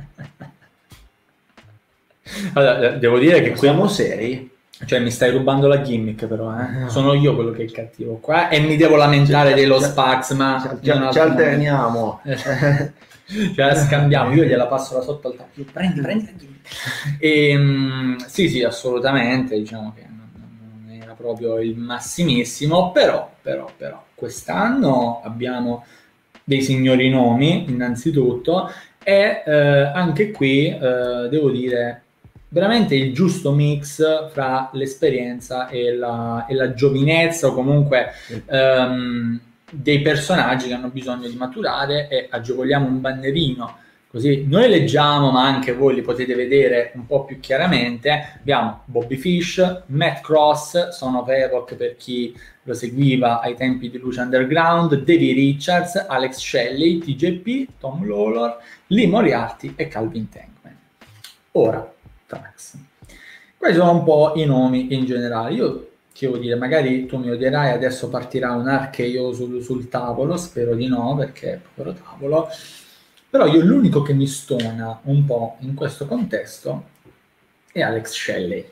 Allora, devo dire che siamo seri? Cioè mi stai rubando la gimmick però, no. Sono io quello che è il cattivo qua e mi devo lamentare dello Spax, ma ci alterniamo. Ce la scambiamo, io gliela passo da sotto al tappeto, prendi. Sì, assolutamente, diciamo che non era proprio il massimissimo, però quest'anno abbiamo dei signori nomi innanzitutto e anche qui devo dire veramente il giusto mix fra l'esperienza e la giovinezza, o comunque dei personaggi che hanno bisogno di maturare, e agevoliamo un bannerino così noi leggiamo, ma anche voi li potete vedere un po' più chiaramente. Abbiamo Bobby Fish, Matt Cross, Son of Havoc per chi lo seguiva ai tempi di Lucha Underground, Davey Richards, Alex Shelley, TJP, Tom Lawlor, Lee Moriarty e Calvin Tankman. Ora, Trax. Questi sono un po' i nomi in generale. Io che devo dire, magari tu mi odierai, adesso partirà un RKO sul tavolo, spero di no, perché è povero tavolo. Però io l'unico che mi stona un po' in questo contesto è Alex Shelley.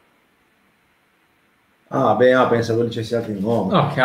Pensavo dicessi altri nomi. Ok,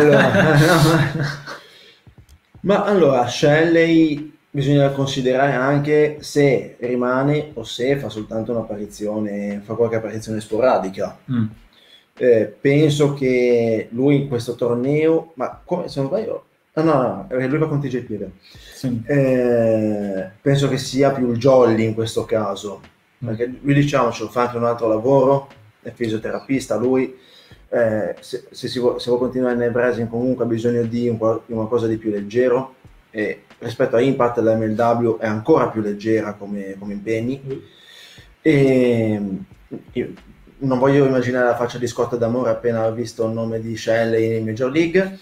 ma allora, Shelley bisogna considerare anche se rimane o se fa soltanto un'apparizione, fa qualche apparizione sporadica. Penso che lui in questo torneo, ma come, se non sbaglio, no, lui va con TJP. Sì. Penso che sia più il Jolly in questo caso, perché lui, diciamocelo, fa anche un altro lavoro, è fisioterapista lui, se vuole continuare nel wrestling comunque ha bisogno di una cosa di più leggero, e rispetto a Impact la MLW è ancora più leggera come impegni. E io non voglio immaginare la faccia di Scott D'Amore appena visto il nome di Shelley in Major League.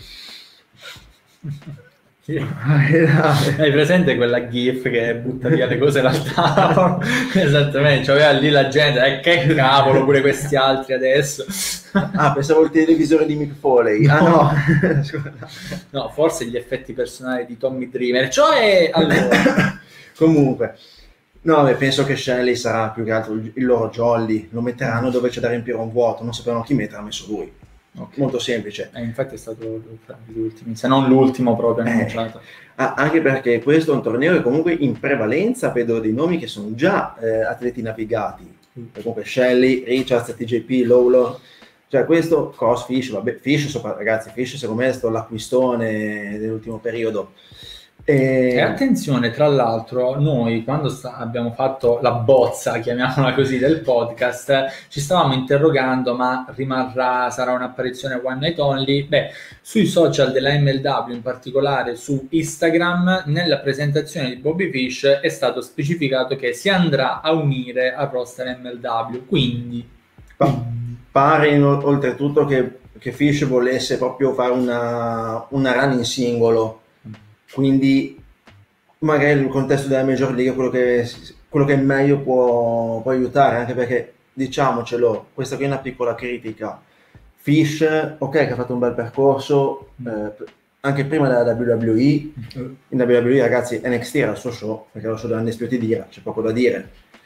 Hai presente quella gif che butta via le cose dal tavolo? Esattamente, cioè lì la gente, che cavolo, pure questi altri adesso. Pensavo il televisore di Mick Foley. No. No, forse gli effetti personali di Tommy Dreamer, cioè allora. Comunque penso che Shelley sarà più che altro il loro Jolly, lo metteranno dove c'è da riempire un vuoto, non sapevano chi mettere, ha messo lui. Okay. Molto semplice. Infatti è stato tra gli ultimi, se non l'ultimo proprio annunciato. Anche perché questo è un torneo che comunque in prevalenza vedo dei nomi che sono già atleti navigati. Comunque Shelley, Richards, TJP, Lawlor, cioè questo Cross, Fish, Fish secondo me è stato l'acquistone dell'ultimo periodo. E attenzione, tra l'altro, noi quando abbiamo fatto la bozza, chiamiamola così, del podcast, ci stavamo interrogando, ma sarà un'apparizione one night only? Sui social della MLW, in particolare su Instagram, nella presentazione di Bobby Fish è stato specificato che si andrà a unire al roster MLW, quindi Pare oltretutto che Fish volesse proprio fare una run in singolo, quindi magari nel contesto della Major League quello che meglio può aiutare, anche perché, diciamocelo, questa qui è una piccola critica. Fish, ok, che ha fatto un bel percorso anche prima della WWE. In WWE, ragazzi, NXT era il suo show, perché era lo show dell'Undisputed Era, c'è poco da dire.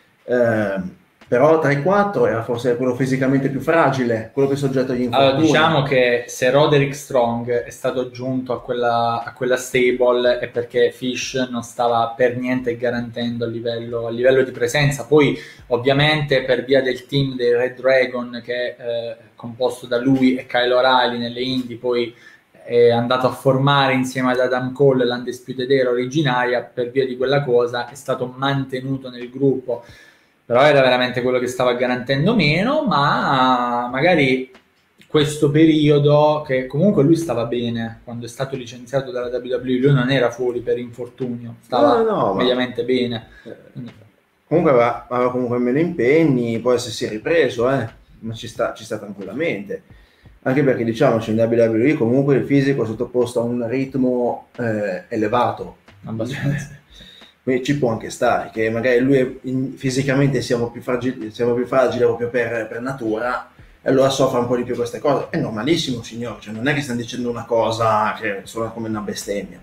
Però tra i 4 era forse quello fisicamente più fragile, quello che è soggetto agli infortuni. Allora, diciamo che se Roderick Strong è stato aggiunto a quella stable è perché Fish non stava per niente garantendo a livello di presenza. Poi ovviamente per via del team dei Red Dragon, che è composto da lui e Kyle O'Reilly nelle indie, poi è andato a formare insieme ad Adam Cole l'Undisputed Era originaria, per via di quella cosa è stato mantenuto nel gruppo. Però era veramente quello che stava garantendo meno, ma magari questo periodo, che comunque lui stava bene, quando è stato licenziato dalla WWE, lui non era fuori per infortunio, stava mediamente bene. Comunque aveva comunque meno impegni, poi se si è ripreso, ma ci sta tranquillamente. Anche perché, diciamoci, in WWE comunque il fisico è sottoposto a un ritmo elevato. Abbastanza. Quindi ci può anche stare, che magari lui fisicamente siamo più fragili proprio per natura, e allora soffre un po' di più queste cose. È normalissimo, signore, cioè non è che stiamo dicendo una cosa che suona come una bestemmia.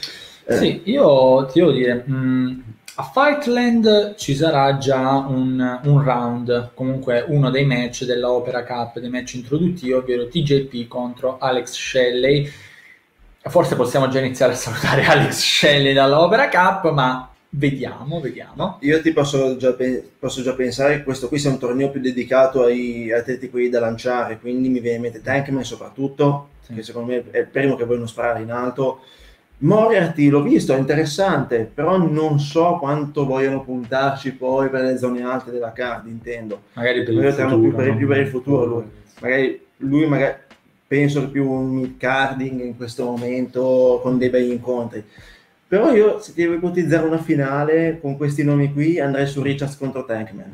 Sì, io ti devo dire, a Fightland ci sarà già un round, comunque uno dei match della Opera Cup, dei match introduttivi, ovvero TJP contro Alex Shelley. Forse possiamo già iniziare a salutare Alex Shelley dalla Opera Cup, ma vediamo. Io ti posso già pensare che questo qui sia un torneo più dedicato ai atleti quelli da lanciare, quindi mi viene in mente Tankman soprattutto, sì, che secondo me è il primo che vogliono sparare in alto. Moriarty l'ho visto, è interessante, però non so quanto vogliono puntarci poi per le zone alte della card, intendo. Magari per il futuro, più per il futuro. Lui magari penso che più un mid-carding in questo momento con dei bei incontri. Però io, se ti devo ipotizzare una finale con questi nomi qui, andrei su Richards contro Tankman.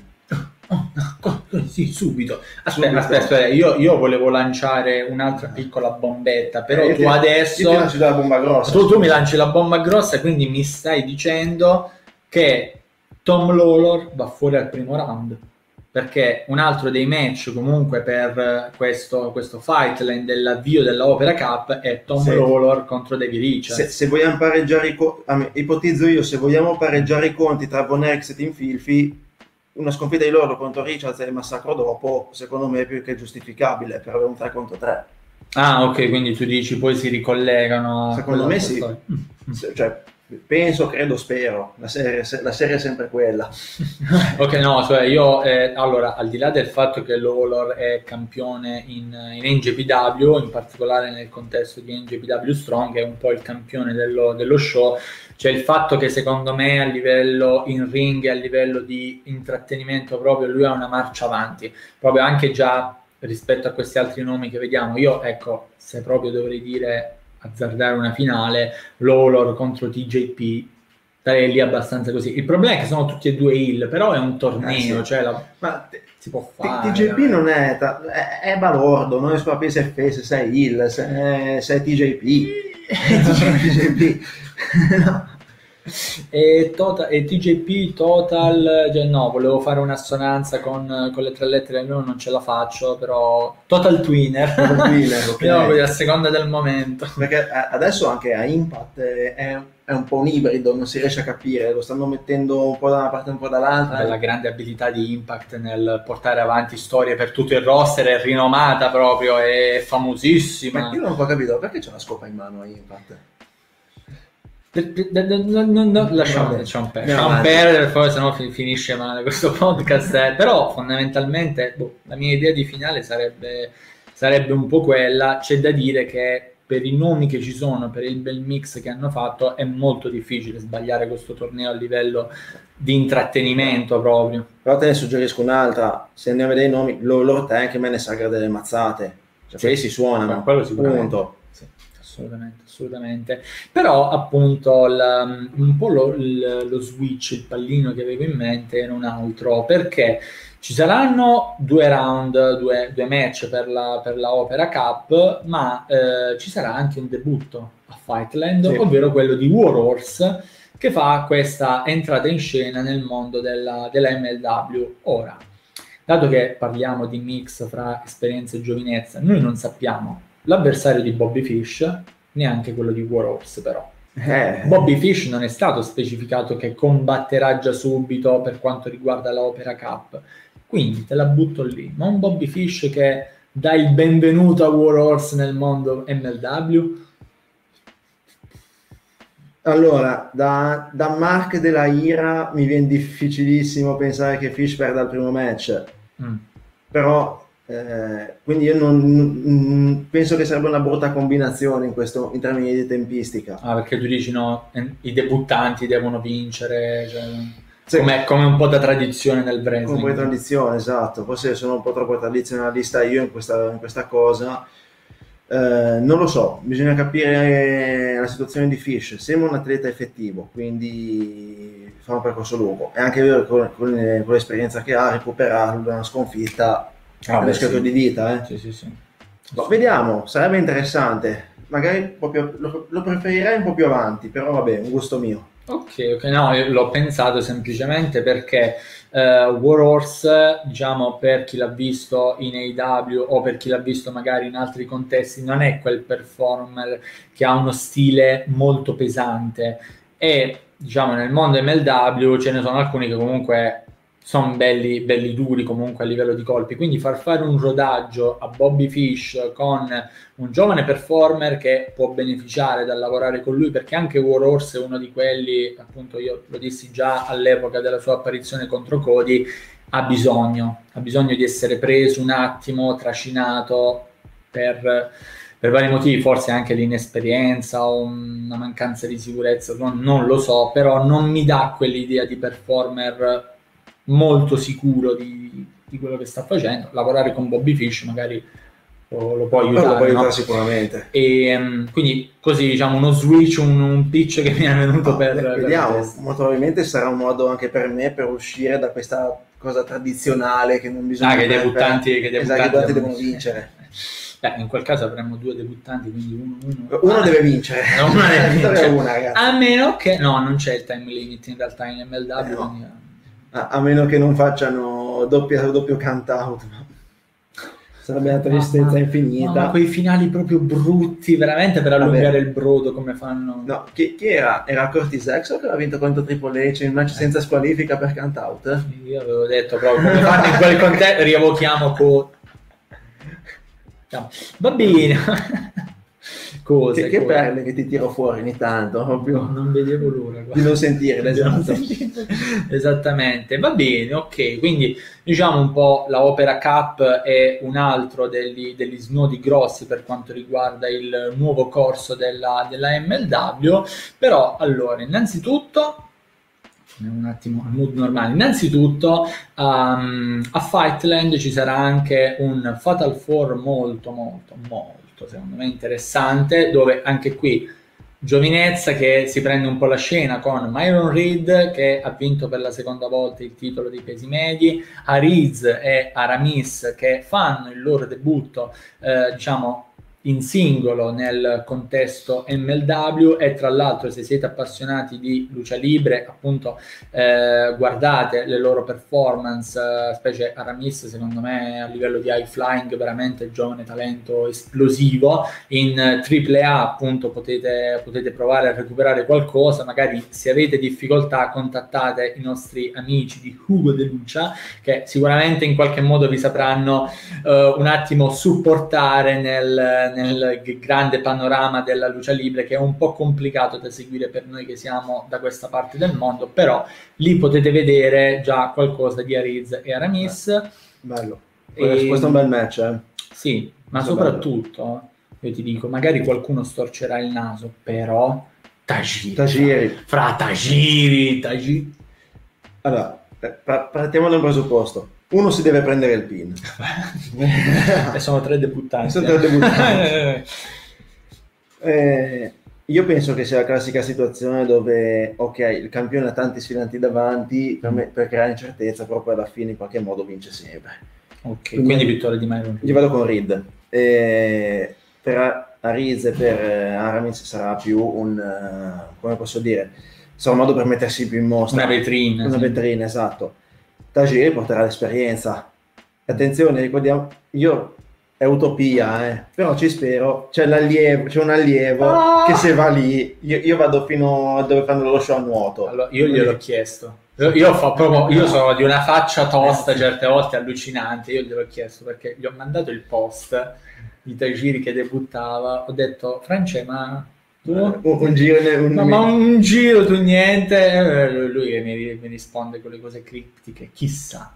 Sì, subito. Aspetta, io volevo lanciare un'altra piccola bombetta, però tu adesso io ti lanci la bomba grossa. Tu mi lanci la bomba grossa, quindi mi stai dicendo che Tom Lawlor va fuori al primo round, perché un altro dei match comunque per questo Fightland dell'avvio della Opera Cup è Tom Lawlor contro Davey Richards. Se vogliamo pareggiare ipotizzo io, se vogliamo pareggiare i conti tra Von Erich e Team Filthy, una sconfitta di loro contro Richards e il massacro dopo, secondo me è più che giustificabile per avere un 3 contro 3. Ah, ok, quindi tu dici poi si ricollegano. Secondo me sì. Cioè, penso, credo, spero. La serie è sempre quella. Ok, no, cioè io, allora, al di là del fatto che Lawlor è campione in NJPW, in particolare nel contesto di NJPW Strong, è un po' il campione dello show, c'è il fatto che secondo me a livello in ring e a livello di intrattenimento proprio lui ha una marcia avanti, proprio anche già rispetto a questi altri nomi che vediamo. Io, ecco, se proprio dovrei dire azzardare una finale, Lawlor contro TJP, starei lì abbastanza così. Il problema è che sono tutti e due heel, però è un torneo, cioè si può fare. TJP non è balordo, non riesco a capire se è face, se è heel, se è TJP. TJP. No. E TJP Total, cioè no, volevo fare un'assonanza con le 3 lettere, almeno non ce la faccio, però Total Twinner, okay. A seconda del momento, perché adesso anche a Impact è un po' un ibrido, non si riesce a capire, lo stanno mettendo un po' da una parte e un po' dall'altra. La grande abilità di Impact nel portare avanti storie per tutto il roster è rinomata proprio, è famosissima. Ma io non ho capito perché c'è una scopa in mano a Impact. Lasciamo perdere, poi sennò finisce male questo podcast. Però fondamentalmente la mia idea di finale sarebbe un po' quella. C'è da dire che per i nomi che ci sono, per il bel mix che hanno fatto, è molto difficile sbagliare questo torneo a livello di intrattenimento proprio. Però te ne suggerisco un'altra, se andiamo a vedere i nomi, Lawlor Tankman e Sagra delle mazzate, cioè quelli si suonano, quello sicuramente. Sì. Assolutamente. Però appunto un po' lo switch, il pallino che avevo in mente era un altro, perché Ci saranno 2 round, due match per la Opera Cup, ma ci sarà anche un debutto a Fightland, Sì. ovvero quello di Warhorse, che fa questa entrata in scena nel mondo della MLW. Ora, dato che parliamo di mix fra esperienza e giovinezza, noi non sappiamo l'avversario di Bobby Fish, neanche quello di Warhorse però. Bobby Fish non è stato specificato che combatterà già subito per quanto riguarda la Opera Cup, quindi te la butto lì, ma un Bobby Fish che dà il benvenuto a Warhorse nel mondo MLW? Allora, da Mark della Ira mi viene difficilissimo pensare che Fish perda il primo match, però quindi io non penso che sarebbe una brutta combinazione in termini di tempistica. Ah, perché tu dici no, i debuttanti devono vincere, cioè, sì, come un po' da tradizione nel wrestling. Come un po' di tradizione, esatto. Forse sono un po' troppo tradizionalista io in questa cosa. Non lo so, bisogna capire la situazione di Fish. Sembra un atleta effettivo, quindi fa un percorso lungo. È anche vero che con l'esperienza che ha, recuperarlo da una sconfitta è un rischiato di vita. Sì. Vediamo, sarebbe interessante. Magari proprio, lo preferirei un po' più avanti, però vabbè, un gusto mio. Ok, no, io l'ho pensato semplicemente perché Warhorse, diciamo, per chi l'ha visto in AEW o per chi l'ha visto magari in altri contesti, non è quel performer che ha uno stile molto pesante, e diciamo nel mondo MLW ce ne sono alcuni che comunque sono belli duri comunque a livello di colpi, quindi far fare un rodaggio a Bobby Fish con un giovane performer che può beneficiare dal lavorare con lui, perché anche Warhorse è uno di quelli, appunto io lo dissi già all'epoca della sua apparizione contro Cody, ha bisogno di essere preso un attimo, trascinato per vari motivi, forse anche l'inesperienza o una mancanza di sicurezza, non lo so, però non mi dà quell'idea di performer molto sicuro di quello che sta facendo. Lavorare con Bobby Fish magari lo può aiutare, lo può aiutare, no? Sicuramente. E quindi così, diciamo, uno switch, un pitch che mi è venuto vediamo, molto probabilmente sarà un modo anche per me per uscire da questa cosa tradizionale che non bisogna che i debuttanti devono vincere. In quel caso avremmo 2 debuttanti, quindi uno deve vincere. A meno che non c'è il time limit in realtà in MLW, quindi, a meno che non facciano doppio count out, sarebbe una tristezza infinita. Ma quei finali proprio brutti, veramente per allungare il brodo, come fanno. No, chi era? Era Curtis Axel che aveva vinto contro Triple H in un match senza squalifica per count out? Io avevo detto proprio come fanno in quel contesto, rievochiamo va bene. Che perle che ti tiro fuori ogni tanto, proprio non vedevo l'ora di non sentire, esatto. Esattamente, va bene, ok, quindi diciamo un po' la Opera Cup è un altro degli snodi grossi per quanto riguarda il nuovo corso della MLW, però allora innanzitutto un attimo al mood normale. Innanzitutto a Fightland ci sarà anche un Fatal 4 molto secondo me interessante, dove anche qui giovinezza che si prende un po' la scena con Myron Reed che ha vinto per la seconda volta il titolo dei pesi medi, Ariz e Aramis che fanno il loro debutto diciamo in singolo nel contesto MLW, e tra l'altro se siete appassionati di lucha libre appunto guardate le loro performance, specie Aramis secondo me a livello di high flying veramente giovane talento esplosivo. In AAA appunto potete provare a recuperare qualcosa, magari se avete difficoltà contattate i nostri amici di Hugo De Lucha che sicuramente in qualche modo vi sapranno un attimo supportare nel grande panorama della lucha libre, che è un po' complicato da seguire per noi che siamo da questa parte del mondo, però lì potete vedere già qualcosa di Ariz e Aramis. Bello, questo è un bel match, Sì, ma soprattutto io ti dico, magari qualcuno storcerà il naso, però Tajiri. Allora, partiamo da un presupposto. Uno si deve prendere il pin. E sono 3 debuttanti. Io penso che sia la classica situazione dove, ok, il campione ha tanti sfidanti davanti per creare incertezza, però poi alla fine in qualche modo vince sempre. Ok, quindi vittoria di Myron Reed. Io vado con Reed. Per Ariz e per Aramis sarà più come posso dire, sarà un modo per mettersi più in mostra. Una vetrina. Una vetrina, esatto. Tajiri porterà l'esperienza. Attenzione, ricordiamo, è utopia, però ci spero, c'è un allievo che se va lì, io vado fino a dove fanno lo show a nuoto. Allora, io gliel'ho chiesto. Io sono di una faccia tosta certe volte allucinante, io gliel'ho chiesto perché gli ho mandato il post di Tajiri che debuttava, ho detto France, ma tu? un giro ma un giro tu niente, lui mi risponde con le cose criptiche, chissà.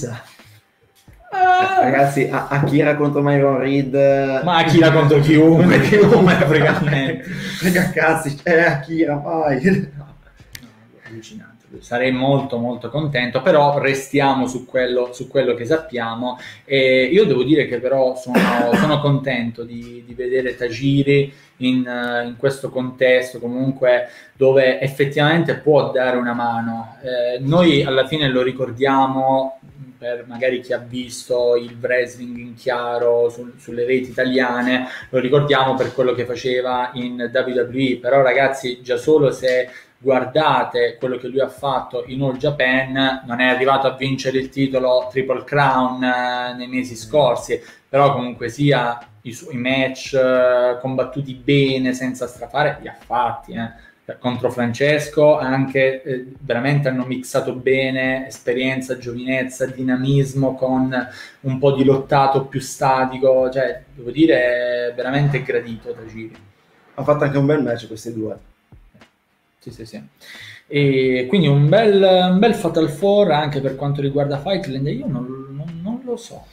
Ragazzi, Akira contro Myron Reed, ma Akira contro chiunque frega cazzi, Akira, vai. Allucinante. Sarei molto molto contento, però restiamo su quello che sappiamo. E io devo dire che però sono contento di vedere Tajiri in questo contesto comunque dove effettivamente può dare una mano. Noi alla fine lo ricordiamo, per magari chi ha visto il wrestling in chiaro sulle reti italiane, lo ricordiamo per quello che faceva in WWE, però ragazzi, già solo se guardate quello che lui ha fatto in All Japan, non è arrivato a vincere il titolo Triple Crown nei mesi scorsi, però comunque sia i suoi match combattuti bene, senza strafare, li ha fatti, contro Francesco anche veramente hanno mixato bene esperienza, giovinezza, dinamismo con un po' di lottato più statico, cioè devo dire veramente gradito Tajiri. Ha fatto anche un bel match questi due. Sì. E quindi un bel Fatal 4 anche per quanto riguarda Fightland. Io non lo so,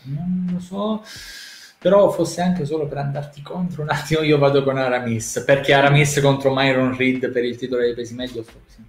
però fosse anche solo per andarti contro un attimo, io vado con Aramis, perché Aramis contro Myron Reed per il titolo dei pesi medi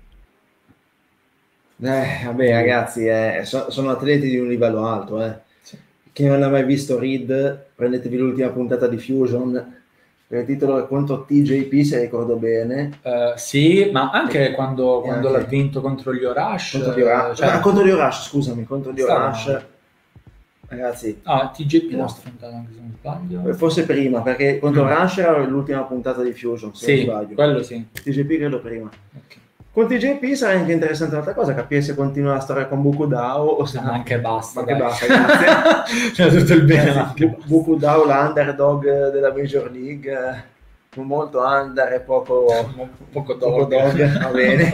vabbè ragazzi, sono atleti di un livello alto, Sì. Chi non ha mai visto Reed, prendetevi l'ultima puntata di Fusion, il titolo è contro TJP, se ricordo bene. Sì, ma anche quando l'ha vinto contro gli Orash. Contro gli Orash, scusami, contro gli Orash. Ragazzi, TJP l'ha affrontato anche se non sbaglio. Forse prima, perché contro Rush era l'ultima puntata di Fusion, se non sbaglio. Quello sì. TJP credo prima. Okay. Con TJP sarà anche interessante un'altra cosa, capire se continua la storia con Bukudao o se anche basta. Anche basta, grazie. C'è tutto il bene. Bukudao, l'underdog della Major League, molto under e poco dog, va bene.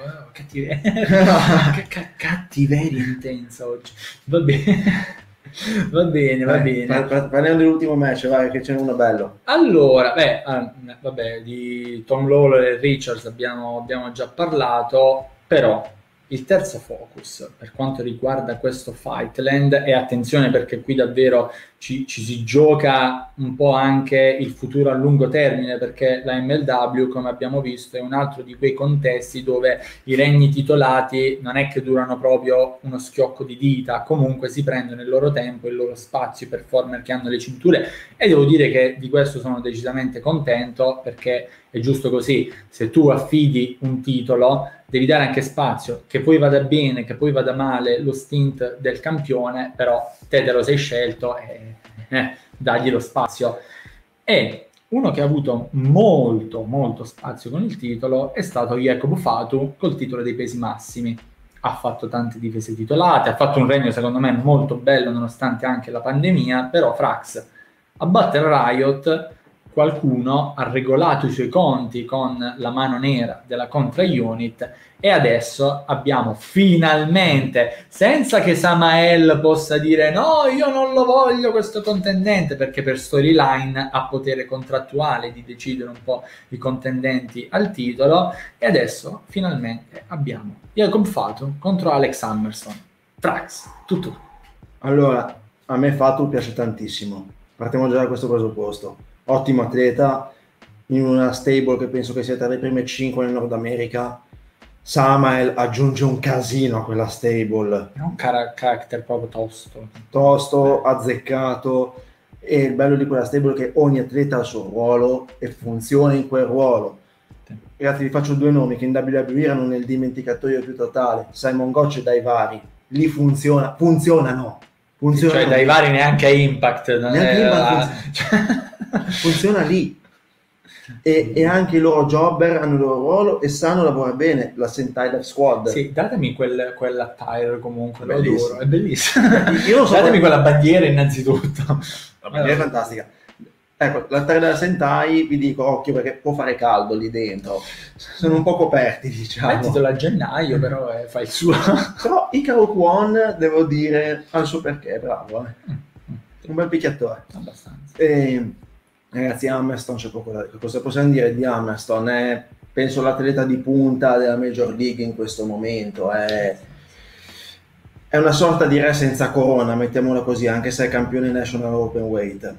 Cattiveria intensa oggi. Va bene. Parliamo dell'ultimo match, vai, che c'è uno bello. Allora, di Tom Lawlor e Richards abbiamo già parlato, però il terzo focus per quanto riguarda questo Fightland, e attenzione perché qui davvero ci si gioca un po' anche il futuro a lungo termine, perché la MLW, come abbiamo visto, è un altro di quei contesti dove i regni titolati non è che durano proprio uno schiocco di dita, comunque si prendono il loro tempo, il loro spazio, i performer che hanno le cinture, e devo dire che di questo sono decisamente contento, perché è giusto così. Se tu affidi un titolo devi dare anche spazio, che poi vada bene, che poi vada male lo stint del campione, però te lo sei scelto e dagli lo spazio. E uno che ha avuto molto spazio con il titolo è stato Jacob Fatu col titolo dei pesi massimi. Ha fatto tante difese titolate, ha fatto un regno secondo me molto bello nonostante anche la pandemia, però Frax, a Battle Riot qualcuno ha regolato i suoi conti con la mano nera della Contra Unit e adesso abbiamo finalmente, senza che Samael possa dire no, io non lo voglio questo contendente, perché per storyline ha potere contrattuale di decidere un po' i contendenti al titolo, e adesso finalmente abbiamo Jacob Fatu contro Alex Hammerson. Frax, tutto tu. Allora, a me Fatu piace tantissimo, partiamo già da questo presupposto. Ottimo atleta, in una stable che penso che sia tra le prime 5 nel Nord America. Samael aggiunge un casino a quella stable. È un character proprio tosto, azzeccato, e il bello di quella stable è che ogni atleta ha il suo ruolo e funziona in quel ruolo. Ragazzi, vi faccio 2 nomi che in WWE erano nel dimenticatoio più totale: Simon Gotch e Daivari. Lì funzionano. Cioè Daivari neanche a Impact. Funziona lì. E anche i loro jobber hanno il loro ruolo e sanno lavorare bene. La Sentai Life Squad. Sì, datemi quell'attire comunque, lo Bellissimo. adoro, è bellissimo. Io non so datemi quella bandiera innanzitutto. La bandiera è fantastica. Ecco, l'attire della Sentai, vi dico occhio perché può fare caldo lì dentro. Sono un po' coperti, diciamo. Mettitelo a gennaio, però fa il suo. Però Hikaru Kwon, devo dire, ha il suo perché, bravo. Un bel picchiatore. Abbastanza. Ragazzi, Hammerstone, c'è poco da... Cosa possiamo dire di Hammerstone? È, penso, l'atleta di punta della Major League in questo momento. È una sorta di re senza corona, mettiamola così, anche se è campione National Openweight.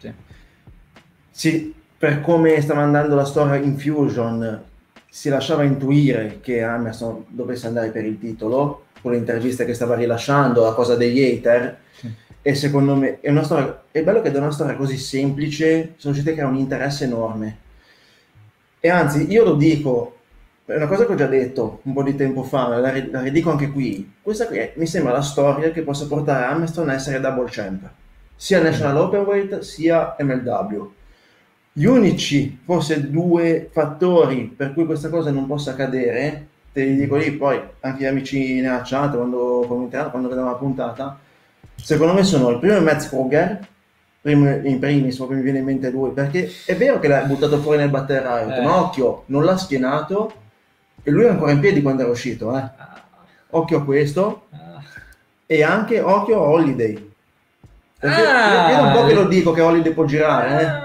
Sì, per come stava andando la storia in Fusion, si lasciava intuire che Hammerstone dovesse andare per il titolo, con le interviste che stava rilasciando, la cosa degli hater. E secondo me è bello che da una storia così semplice sono riusciti a creare un interesse enorme. E anzi, io lo dico, è una cosa che ho già detto un po' di tempo fa, la ridico anche qui. Questa qui mi sembra la storia che possa portare Hammerstone a essere double champ, sia National Openweight sia MLW. Gli unici, forse 2 fattori per cui questa cosa non possa accadere, te li dico lì, poi anche gli amici nella chat quando vediamo la puntata, secondo me sono il primo Matt Kruger, in primis, proprio mi viene in mente lui, perché è vero che l'ha buttato fuori nel Battle Riot, ma occhio, non l'ha schienato e lui è ancora in piedi quando era uscito, occhio a questo, e anche occhio a Holiday, perché io da un po' che lo dico che Holiday può girare,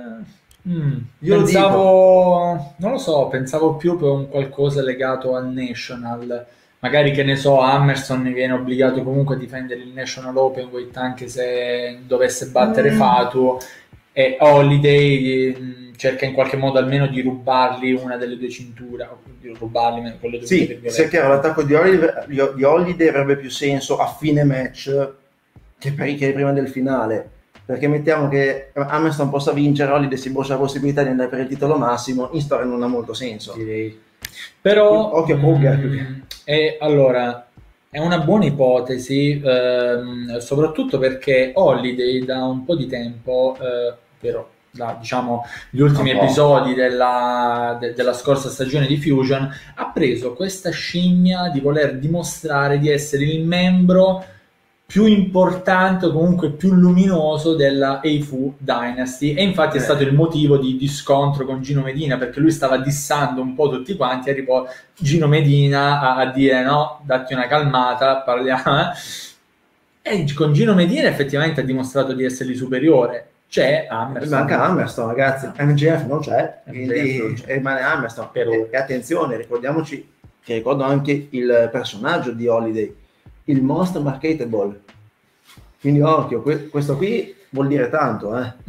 Io pensavo, non lo so, pensavo più per un qualcosa legato al National. Magari, che ne so, Hammerstone viene obbligato comunque a difendere il National Openweight anche se dovesse battere Fatu, e Holiday cerca in qualche modo almeno di rubargli una delle 2 cinture, di rubarli con le 2 sì, se è chiaro, l'attacco di Holiday avrebbe più senso a fine match che prima del finale, perché mettiamo che Hammerstone possa vincere, Holiday si boccia la possibilità di andare per il titolo massimo, in storia non ha molto senso. Direi. Però occhio a Kruger. Allora, è una buona ipotesi, soprattutto perché Holiday da un po' di tempo, però diciamo gli ultimi episodi della scorsa stagione di Fusion, ha preso questa scimmia di voler dimostrare di essere il membro più importante o comunque più luminoso della Heifu Dynasty, e infatti è stato il motivo di scontro con Gino Medina, perché lui stava dissando un po' tutti quanti, arrivò Gino Medina a dire no, datti una calmata, parliamo, e con Gino Medina effettivamente ha dimostrato di essergli superiore. C'è Hammerstone, manca Hammerstone, ragazzi, MJF non c'è, quindi rimane Hammerstone, e attenzione, ricordiamoci che ricordo anche il personaggio di Holiday, il most marketable, quindi occhio, questo qui vuol dire tanto,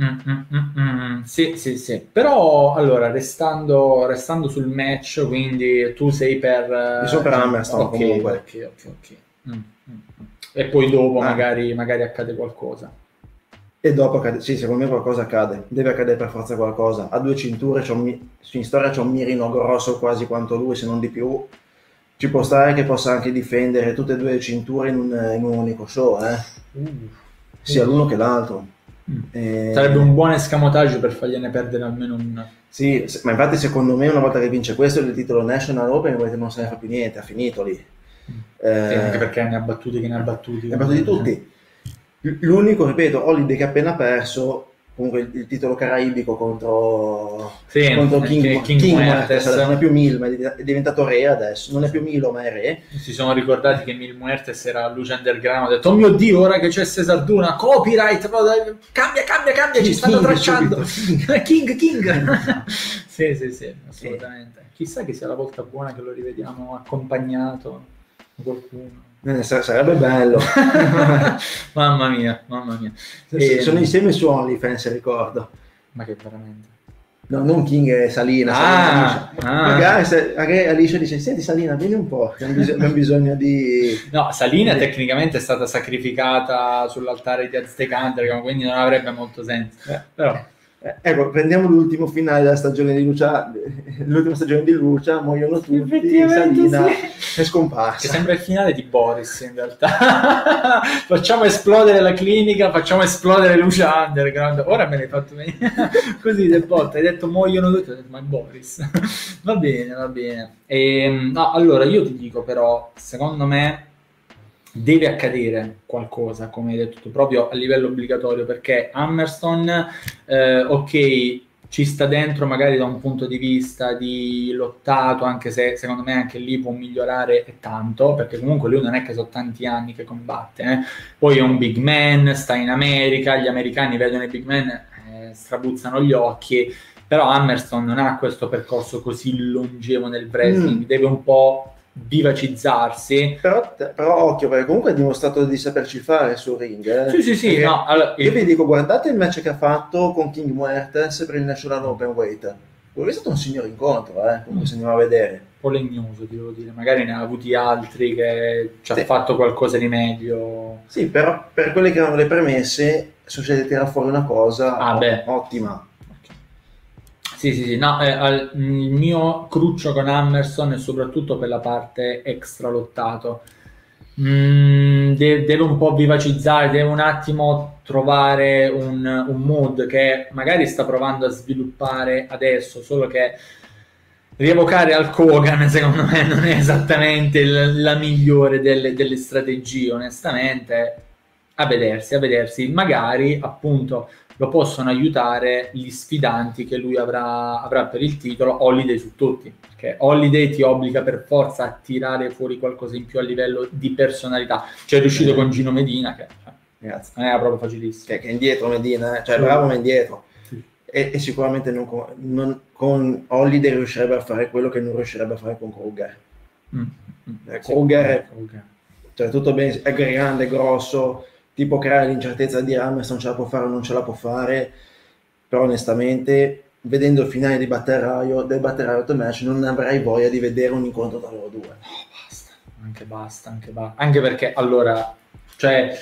Sì, però allora restando sul match, quindi tu sei per io sono per Hammerstone, comunque. Ok. E poi dopo magari accade qualcosa, e dopo accade, sì, secondo me qualcosa accade, deve accadere per forza qualcosa. Ha 2 cinture, in storia c'è un mirino grosso quasi quanto lui, se non di più. Ci può stare che possa anche difendere tutte e 2 le cinture in un unico show, sia l'uno che l'altro. Sarebbe un buon escamotage per fargliene perdere almeno una. Sì, ma infatti secondo me una volta che vince questo il titolo National Open non se ne fa più niente, ha finito lì. Anche perché ne ha battuti tutti. L'unico, ripeto, Holiday che ha appena perso comunque il titolo caraibico contro King Muertes, non è più Mil, ma è diventato re adesso, non è più Milo ma è re. Si sono ricordati che Mil Muertes era a Luce Underground, ha detto oh mio Dio, ora che c'è Cesar Duna, copyright, cambia, ci stanno tracciando King. sì, assolutamente. Chissà che sia la volta buona che lo rivediamo accompagnato da qualcuno. Sarebbe bello. Mamma mia. Sono insieme su OnlyFans, ricordo. Ma che veramente? No, non King e Salina. Magari Alicia dice senti Salina, vieni un po', abbiamo bisogno di... No, Salina tecnicamente è stata sacrificata sull'altare di Azteca Underground, quindi non avrebbe molto senso. Però Ecco, prendiamo l'ultimo finale della stagione di Lucia, l'ultima stagione di Lucia, muoiono tutti, Salina è scomparsa. Che sembra il finale di Boris in realtà. Facciamo esplodere la clinica, facciamo esplodere Lucia Underground. Ora me l'hai fatto venire così del botto, hai detto muoiono tutti, ho detto, ma è Boris. Va bene, va bene. No, allora io ti dico però, secondo me deve accadere qualcosa, come hai detto tu, proprio a livello obbligatorio, perché Hammerstone, ok, ci sta dentro magari da un punto di vista di lottato, anche se secondo me anche lì può migliorare e tanto, perché comunque lui non è che sono tanti anni che combatte, poi è un big man, sta in America, gli americani vedono i big man, strabuzzano gli occhi, però Hammerstone non ha questo percorso così longevo nel wrestling, deve un po' vivacizzarsi. Però occhio, perché comunque ha dimostrato di saperci fare sul ring. Sì. No, allora, io vi dico, guardate il match che ha fatto con King Muertes per il National Open Weight. Quello è stato un signor incontro, comunque se andiamo a vedere. Un po' legnoso, devo dire. Magari ne ha avuti altri che ci ha fatto qualcosa di meglio. Sì, però per quelle che erano le premesse, succede di tirare fuori una cosa ottima. Sì, no, il mio cruccio con Hammerstone è soprattutto per la parte extra lottato. Deve un po' vivacizzare, deve un attimo trovare un mood che magari sta provando a sviluppare adesso, solo che rievocare Hulk Hogan secondo me non è esattamente la migliore delle strategie, onestamente. A vedersi, magari appunto lo possono aiutare gli sfidanti che lui avrà per il titolo, Holiday su tutti, perché Holiday ti obbliga per forza a tirare fuori qualcosa in più a livello di personalità. C'è riuscito con Gino Medina, che ragazzi, non era proprio facilissimo. Che è indietro Medina, cioè bravo ma indietro. Sì. E sicuramente non con Holiday riuscirebbe a fare quello che non riuscirebbe a fare con Kruger. Kruger, cioè tutto bene, è grande, è grosso, tipo creare l'incertezza di Hammerstone ce la può fare o non ce la può fare, però onestamente vedendo il finale del Battle Royale match non avrei voglia di vedere un incontro tra loro due. Basta, anche perché allora, cioè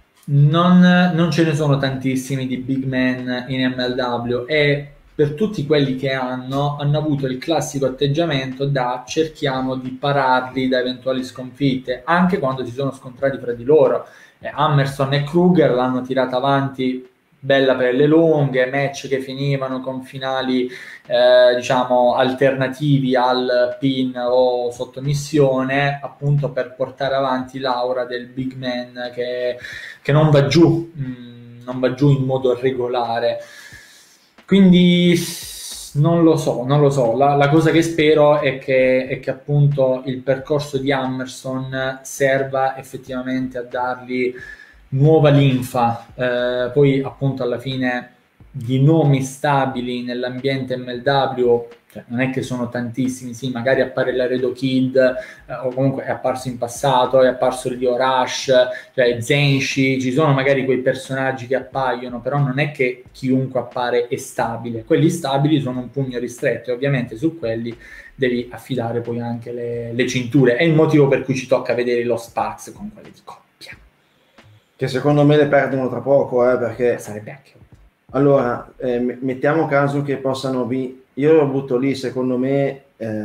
non ce ne sono tantissimi di big man in MLW e per tutti quelli che hanno avuto il classico atteggiamento da cerchiamo di pararli da eventuali sconfitte, anche quando si sono scontrati fra di loro. Hammerstone e Kruger l'hanno tirata avanti bella per le lunghe, match che finivano con finali diciamo alternativi al pin o sottomissione, appunto per portare avanti l'aura del big man che non va giù in modo regolare. Quindi non lo so. La cosa che spero è che appunto il percorso di Hammerstone serva effettivamente a dargli nuova linfa. Poi appunto alla fine di nomi stabili nell'ambiente MLW, cioè, non è che sono tantissimi, sì, magari appare Laredo Kid, o comunque è apparso in passato, è apparso Lio Rush, cioè Zenshi, ci sono magari quei personaggi che appaiono, però non è che chiunque appare è stabile. Quelli stabili sono un pugno ristretto e ovviamente su quelli devi affidare poi anche le cinture. È il motivo per cui ci tocca vedere lo Sparks con quelli di coppia. Che secondo me le perdono tra poco, perché sarebbe anche. Allora, mettiamo caso che possano io lo butto lì, secondo me.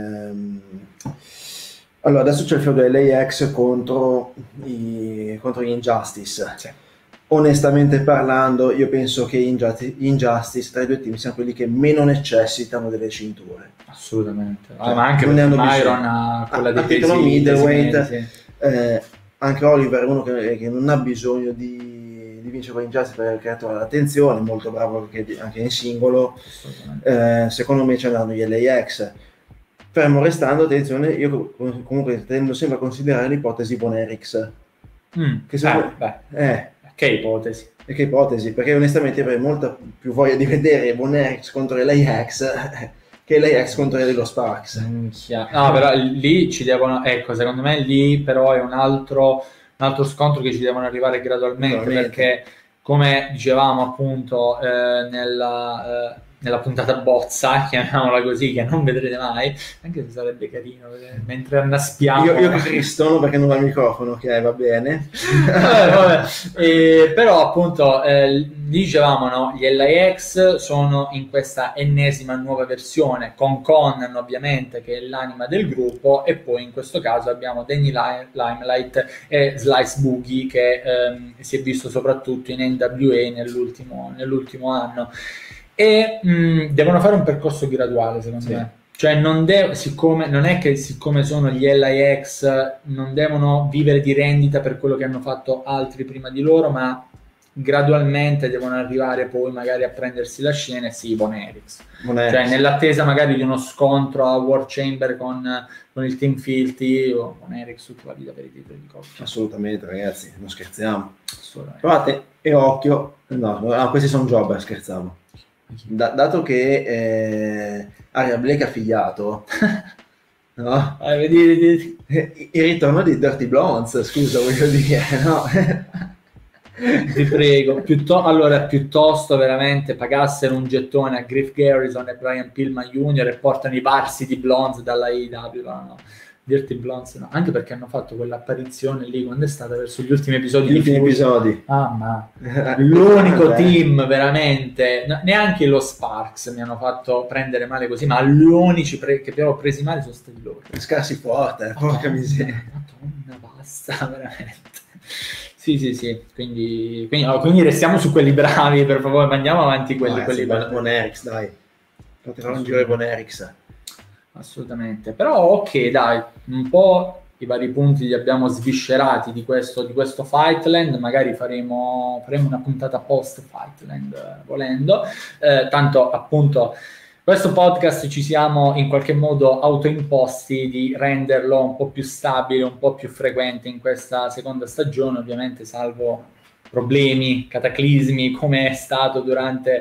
Allora, adesso c'è il feudo dell'AX contro gli Injustice. Sì. Onestamente parlando, io penso che Injustice tra i due team siano quelli che meno necessitano delle cinture. Assolutamente. Ma anche perché Myron ha quella di titolo middleweight. Anche Oliver è uno che non ha bisogno di vincere con Injustice perché ha creato l'attenzione, molto bravo anche in singolo. Secondo me ci andranno gli LAX. Fermo restando, attenzione, io comunque tendo sempre a considerare l'ipotesi Von Erichs. Che ipotesi. Che ipotesi, perché onestamente avrei molta più voglia di vedere Von Erichs contro LAX che l'AX contro lo Sparks. No, però lì ci devono, ecco, secondo me lì però è un altro scontro che ci devono arrivare gradualmente. Perché come dicevamo appunto nella puntata bozza, chiamiamola così, che non vedrete mai, anche se sarebbe carino, mentre annaspiamo. Io che ristono perché non ho il microfono, ok, va bene. vabbè. Però appunto dicevamo, no, gli LIX sono in questa ennesima nuova versione, con Conan ovviamente, che è l'anima del gruppo, e poi in questo caso abbiamo Danny Limelight e Slice Boogie, che si è visto soprattutto in NWA nell'ultimo anno. E devono fare un percorso graduale, secondo me. Cioè non è che siccome sono gli LIX non devono vivere di rendita per quello che hanno fatto altri prima di loro, ma gradualmente devono arrivare poi magari a prendersi la scena. Sì, Von Erix. Cioè nell'attesa magari di uno scontro a War Chamber con il Team Filthy, o Von Erix tutta la vita per i titoli di coppia. Assolutamente, ragazzi, non scherziamo. Assolutamente. Provate, e occhio, no, questi sono jobber, scherzavo. Dato che Aria Blake ha figliato, no? Vedi. Il ritorno di Dirty Blondes, scusa, voglio dire, no? Ti prego, piuttosto veramente pagassero un gettone a Griff Garrison e Brian Pillman Jr. e portano i Varsity Blondes dalla AEW, no? Dirty Blondes no, anche perché hanno fatto quell'apparizione lì quando è stata verso gli ultimi episodi. Ma l'unico team veramente, neanche lo Sparks mi hanno fatto prendere male così, ma gli unici che abbiamo presi male sono stati loro. Scarsi forte, porca miseria. Madonna, basta, veramente. Sì, quindi restiamo su quelli bravi, per favore, andiamo avanti quelli bravi. Von Erix, dai. Potevamo un giro di Von Erix. Assolutamente, però ok, dai, un po' i vari punti li abbiamo sviscerati di questo Fightland, magari faremo una puntata post Fightland volendo, tanto appunto questo podcast ci siamo in qualche modo autoimposti di renderlo un po' più stabile, un po' più frequente in questa seconda stagione, ovviamente salvo problemi, cataclismi, come è stato durante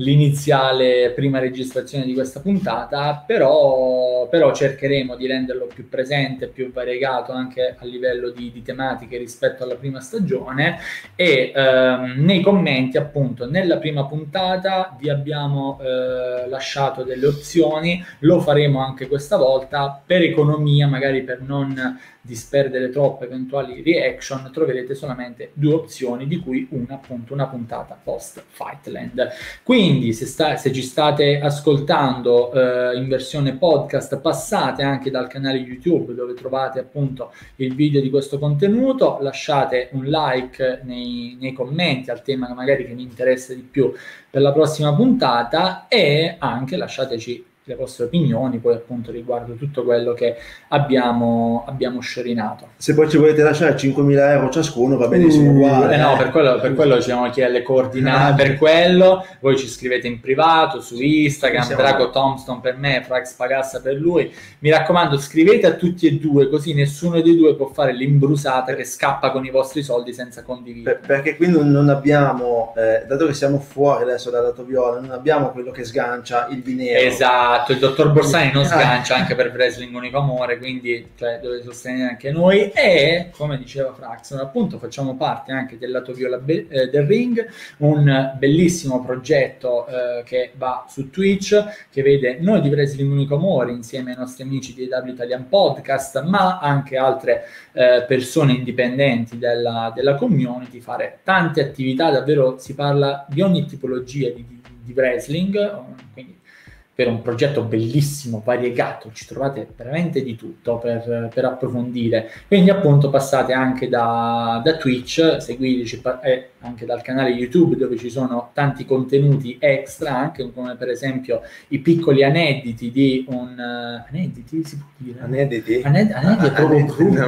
l'iniziale prima registrazione di questa puntata, però cercheremo di renderlo più presente, più variegato anche a livello di tematiche rispetto alla prima stagione. E nei commenti, appunto, nella prima puntata vi abbiamo lasciato delle opzioni, lo faremo anche questa volta per economia, magari per non disperdere troppo eventuali reaction, troverete solamente 2 opzioni, di cui una puntata post Fightland. Quindi se ci state ascoltando in versione podcast, passate anche dal canale YouTube dove trovate appunto il video di questo contenuto, lasciate un like nei commenti al tema magari che vi interessa di più per la prossima puntata, e anche lasciateci le vostre opinioni poi appunto riguardo tutto quello che abbiamo sciorinato. Se poi ci volete lasciare 5.000 euro ciascuno va benissimo uguale. No, per quello ci siamo chiesti le coordinate, per quello voi ci scrivete in privato su Instagram, Drago Thompson per me, Frax Pagassa per lui. Mi raccomando, scrivete a tutti e due, così nessuno dei due può fare l'imbrusata che scappa con i vostri soldi senza condividere. Perché qui non abbiamo, dato che siamo fuori adesso dal lato viola, non abbiamo quello che sgancia il dinero. Esatto, il dottor Borsani non sgancia anche per Wrestling Unico Amore, quindi dovete sostenere anche noi. E come diceva Frax, appunto facciamo parte anche del lato viola del ring, un bellissimo progetto che va su Twitch, che vede noi di Wrestling Unico Amore insieme ai nostri amici di AEW Italian Podcast, ma anche altre persone indipendenti della community, fare tante attività. Davvero si parla di ogni tipologia di wrestling, quindi per un progetto bellissimo, variegato, ci trovate veramente di tutto per approfondire. Quindi appunto passate anche da Twitch, seguiteci anche dal canale YouTube, dove ci sono tanti contenuti extra, anche come per esempio i piccoli aneddoti di un... Aneddoti? Si può dire? Aneddoti è proprio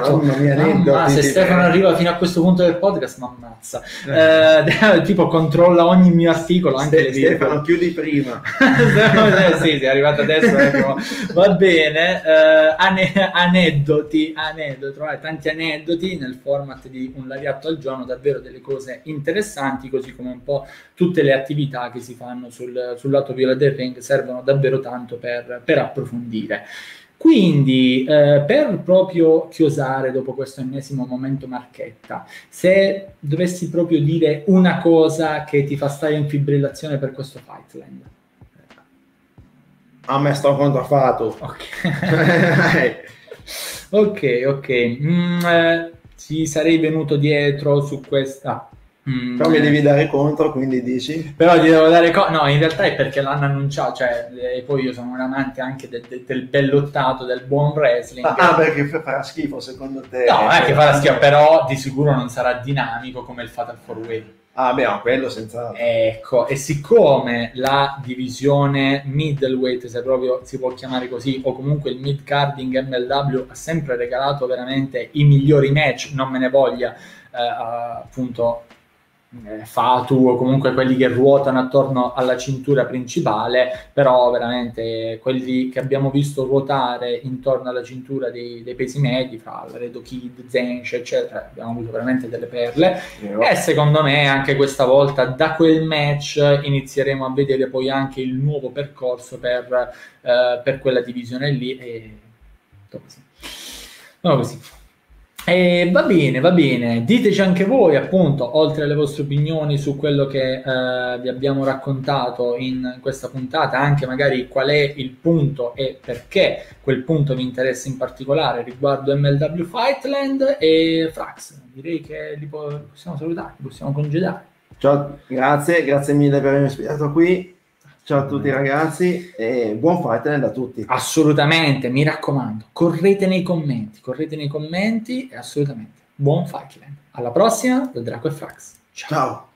brutto. Se Stefano arriva fino a questo punto del podcast mi ammazza. Tipo controlla ogni mio articolo, anche le video. Stefano, chiudi prima. Sì, è arrivato adesso, va bene. Aneddoti, trovate tanti aneddoti nel format di un lariatto al giorno, davvero delle cose interessanti, così come un po' tutte le attività che si fanno sul lato viola del ring servono davvero tanto per approfondire. Quindi per proprio chiosare dopo questo ennesimo momento marchetta, se dovessi proprio dire una cosa che ti fa stare in fibrillazione per questo Fightland. A me sto contraffatto. Ok. Ok. Ci sarei venuto dietro su questa. Però mi devi dare contro, quindi dici? Però ti devo dare no, in realtà è perché l'hanno annunciato, cioè, e poi io sono un amante anche del bellottato, del buon wrestling. Perché farà schifo secondo te? No, non è che farà schifo, però di sicuro non sarà dinamico come il Fatal 4-Way. Ma quello senza. Ecco, e siccome la divisione middleweight, se proprio si può chiamare così, o comunque il mid-carding MLW ha sempre regalato veramente i migliori match, non me ne voglia, appunto Fatu o comunque quelli che ruotano attorno alla cintura principale, però veramente quelli che abbiamo visto ruotare intorno alla cintura dei pesi medi, fra Laredo Kid, Zench eccetera, abbiamo avuto veramente delle perle. E secondo me anche questa volta da quel match inizieremo a vedere poi anche il nuovo percorso per quella divisione lì e così. Va bene, diteci anche voi appunto, oltre alle vostre opinioni su quello che vi abbiamo raccontato in questa puntata, anche magari qual è il punto e perché quel punto vi interessa in particolare riguardo MLW Fightland. E Frax, direi che li possiamo salutare, li possiamo congedare. Ciao, grazie mille per avermi ospitato qui. Ciao a tutti ragazzi e buon Fightland a tutti. Assolutamente, mi raccomando, correte nei commenti e assolutamente buon Fightland. Alla prossima da Draco e Frax. Ciao.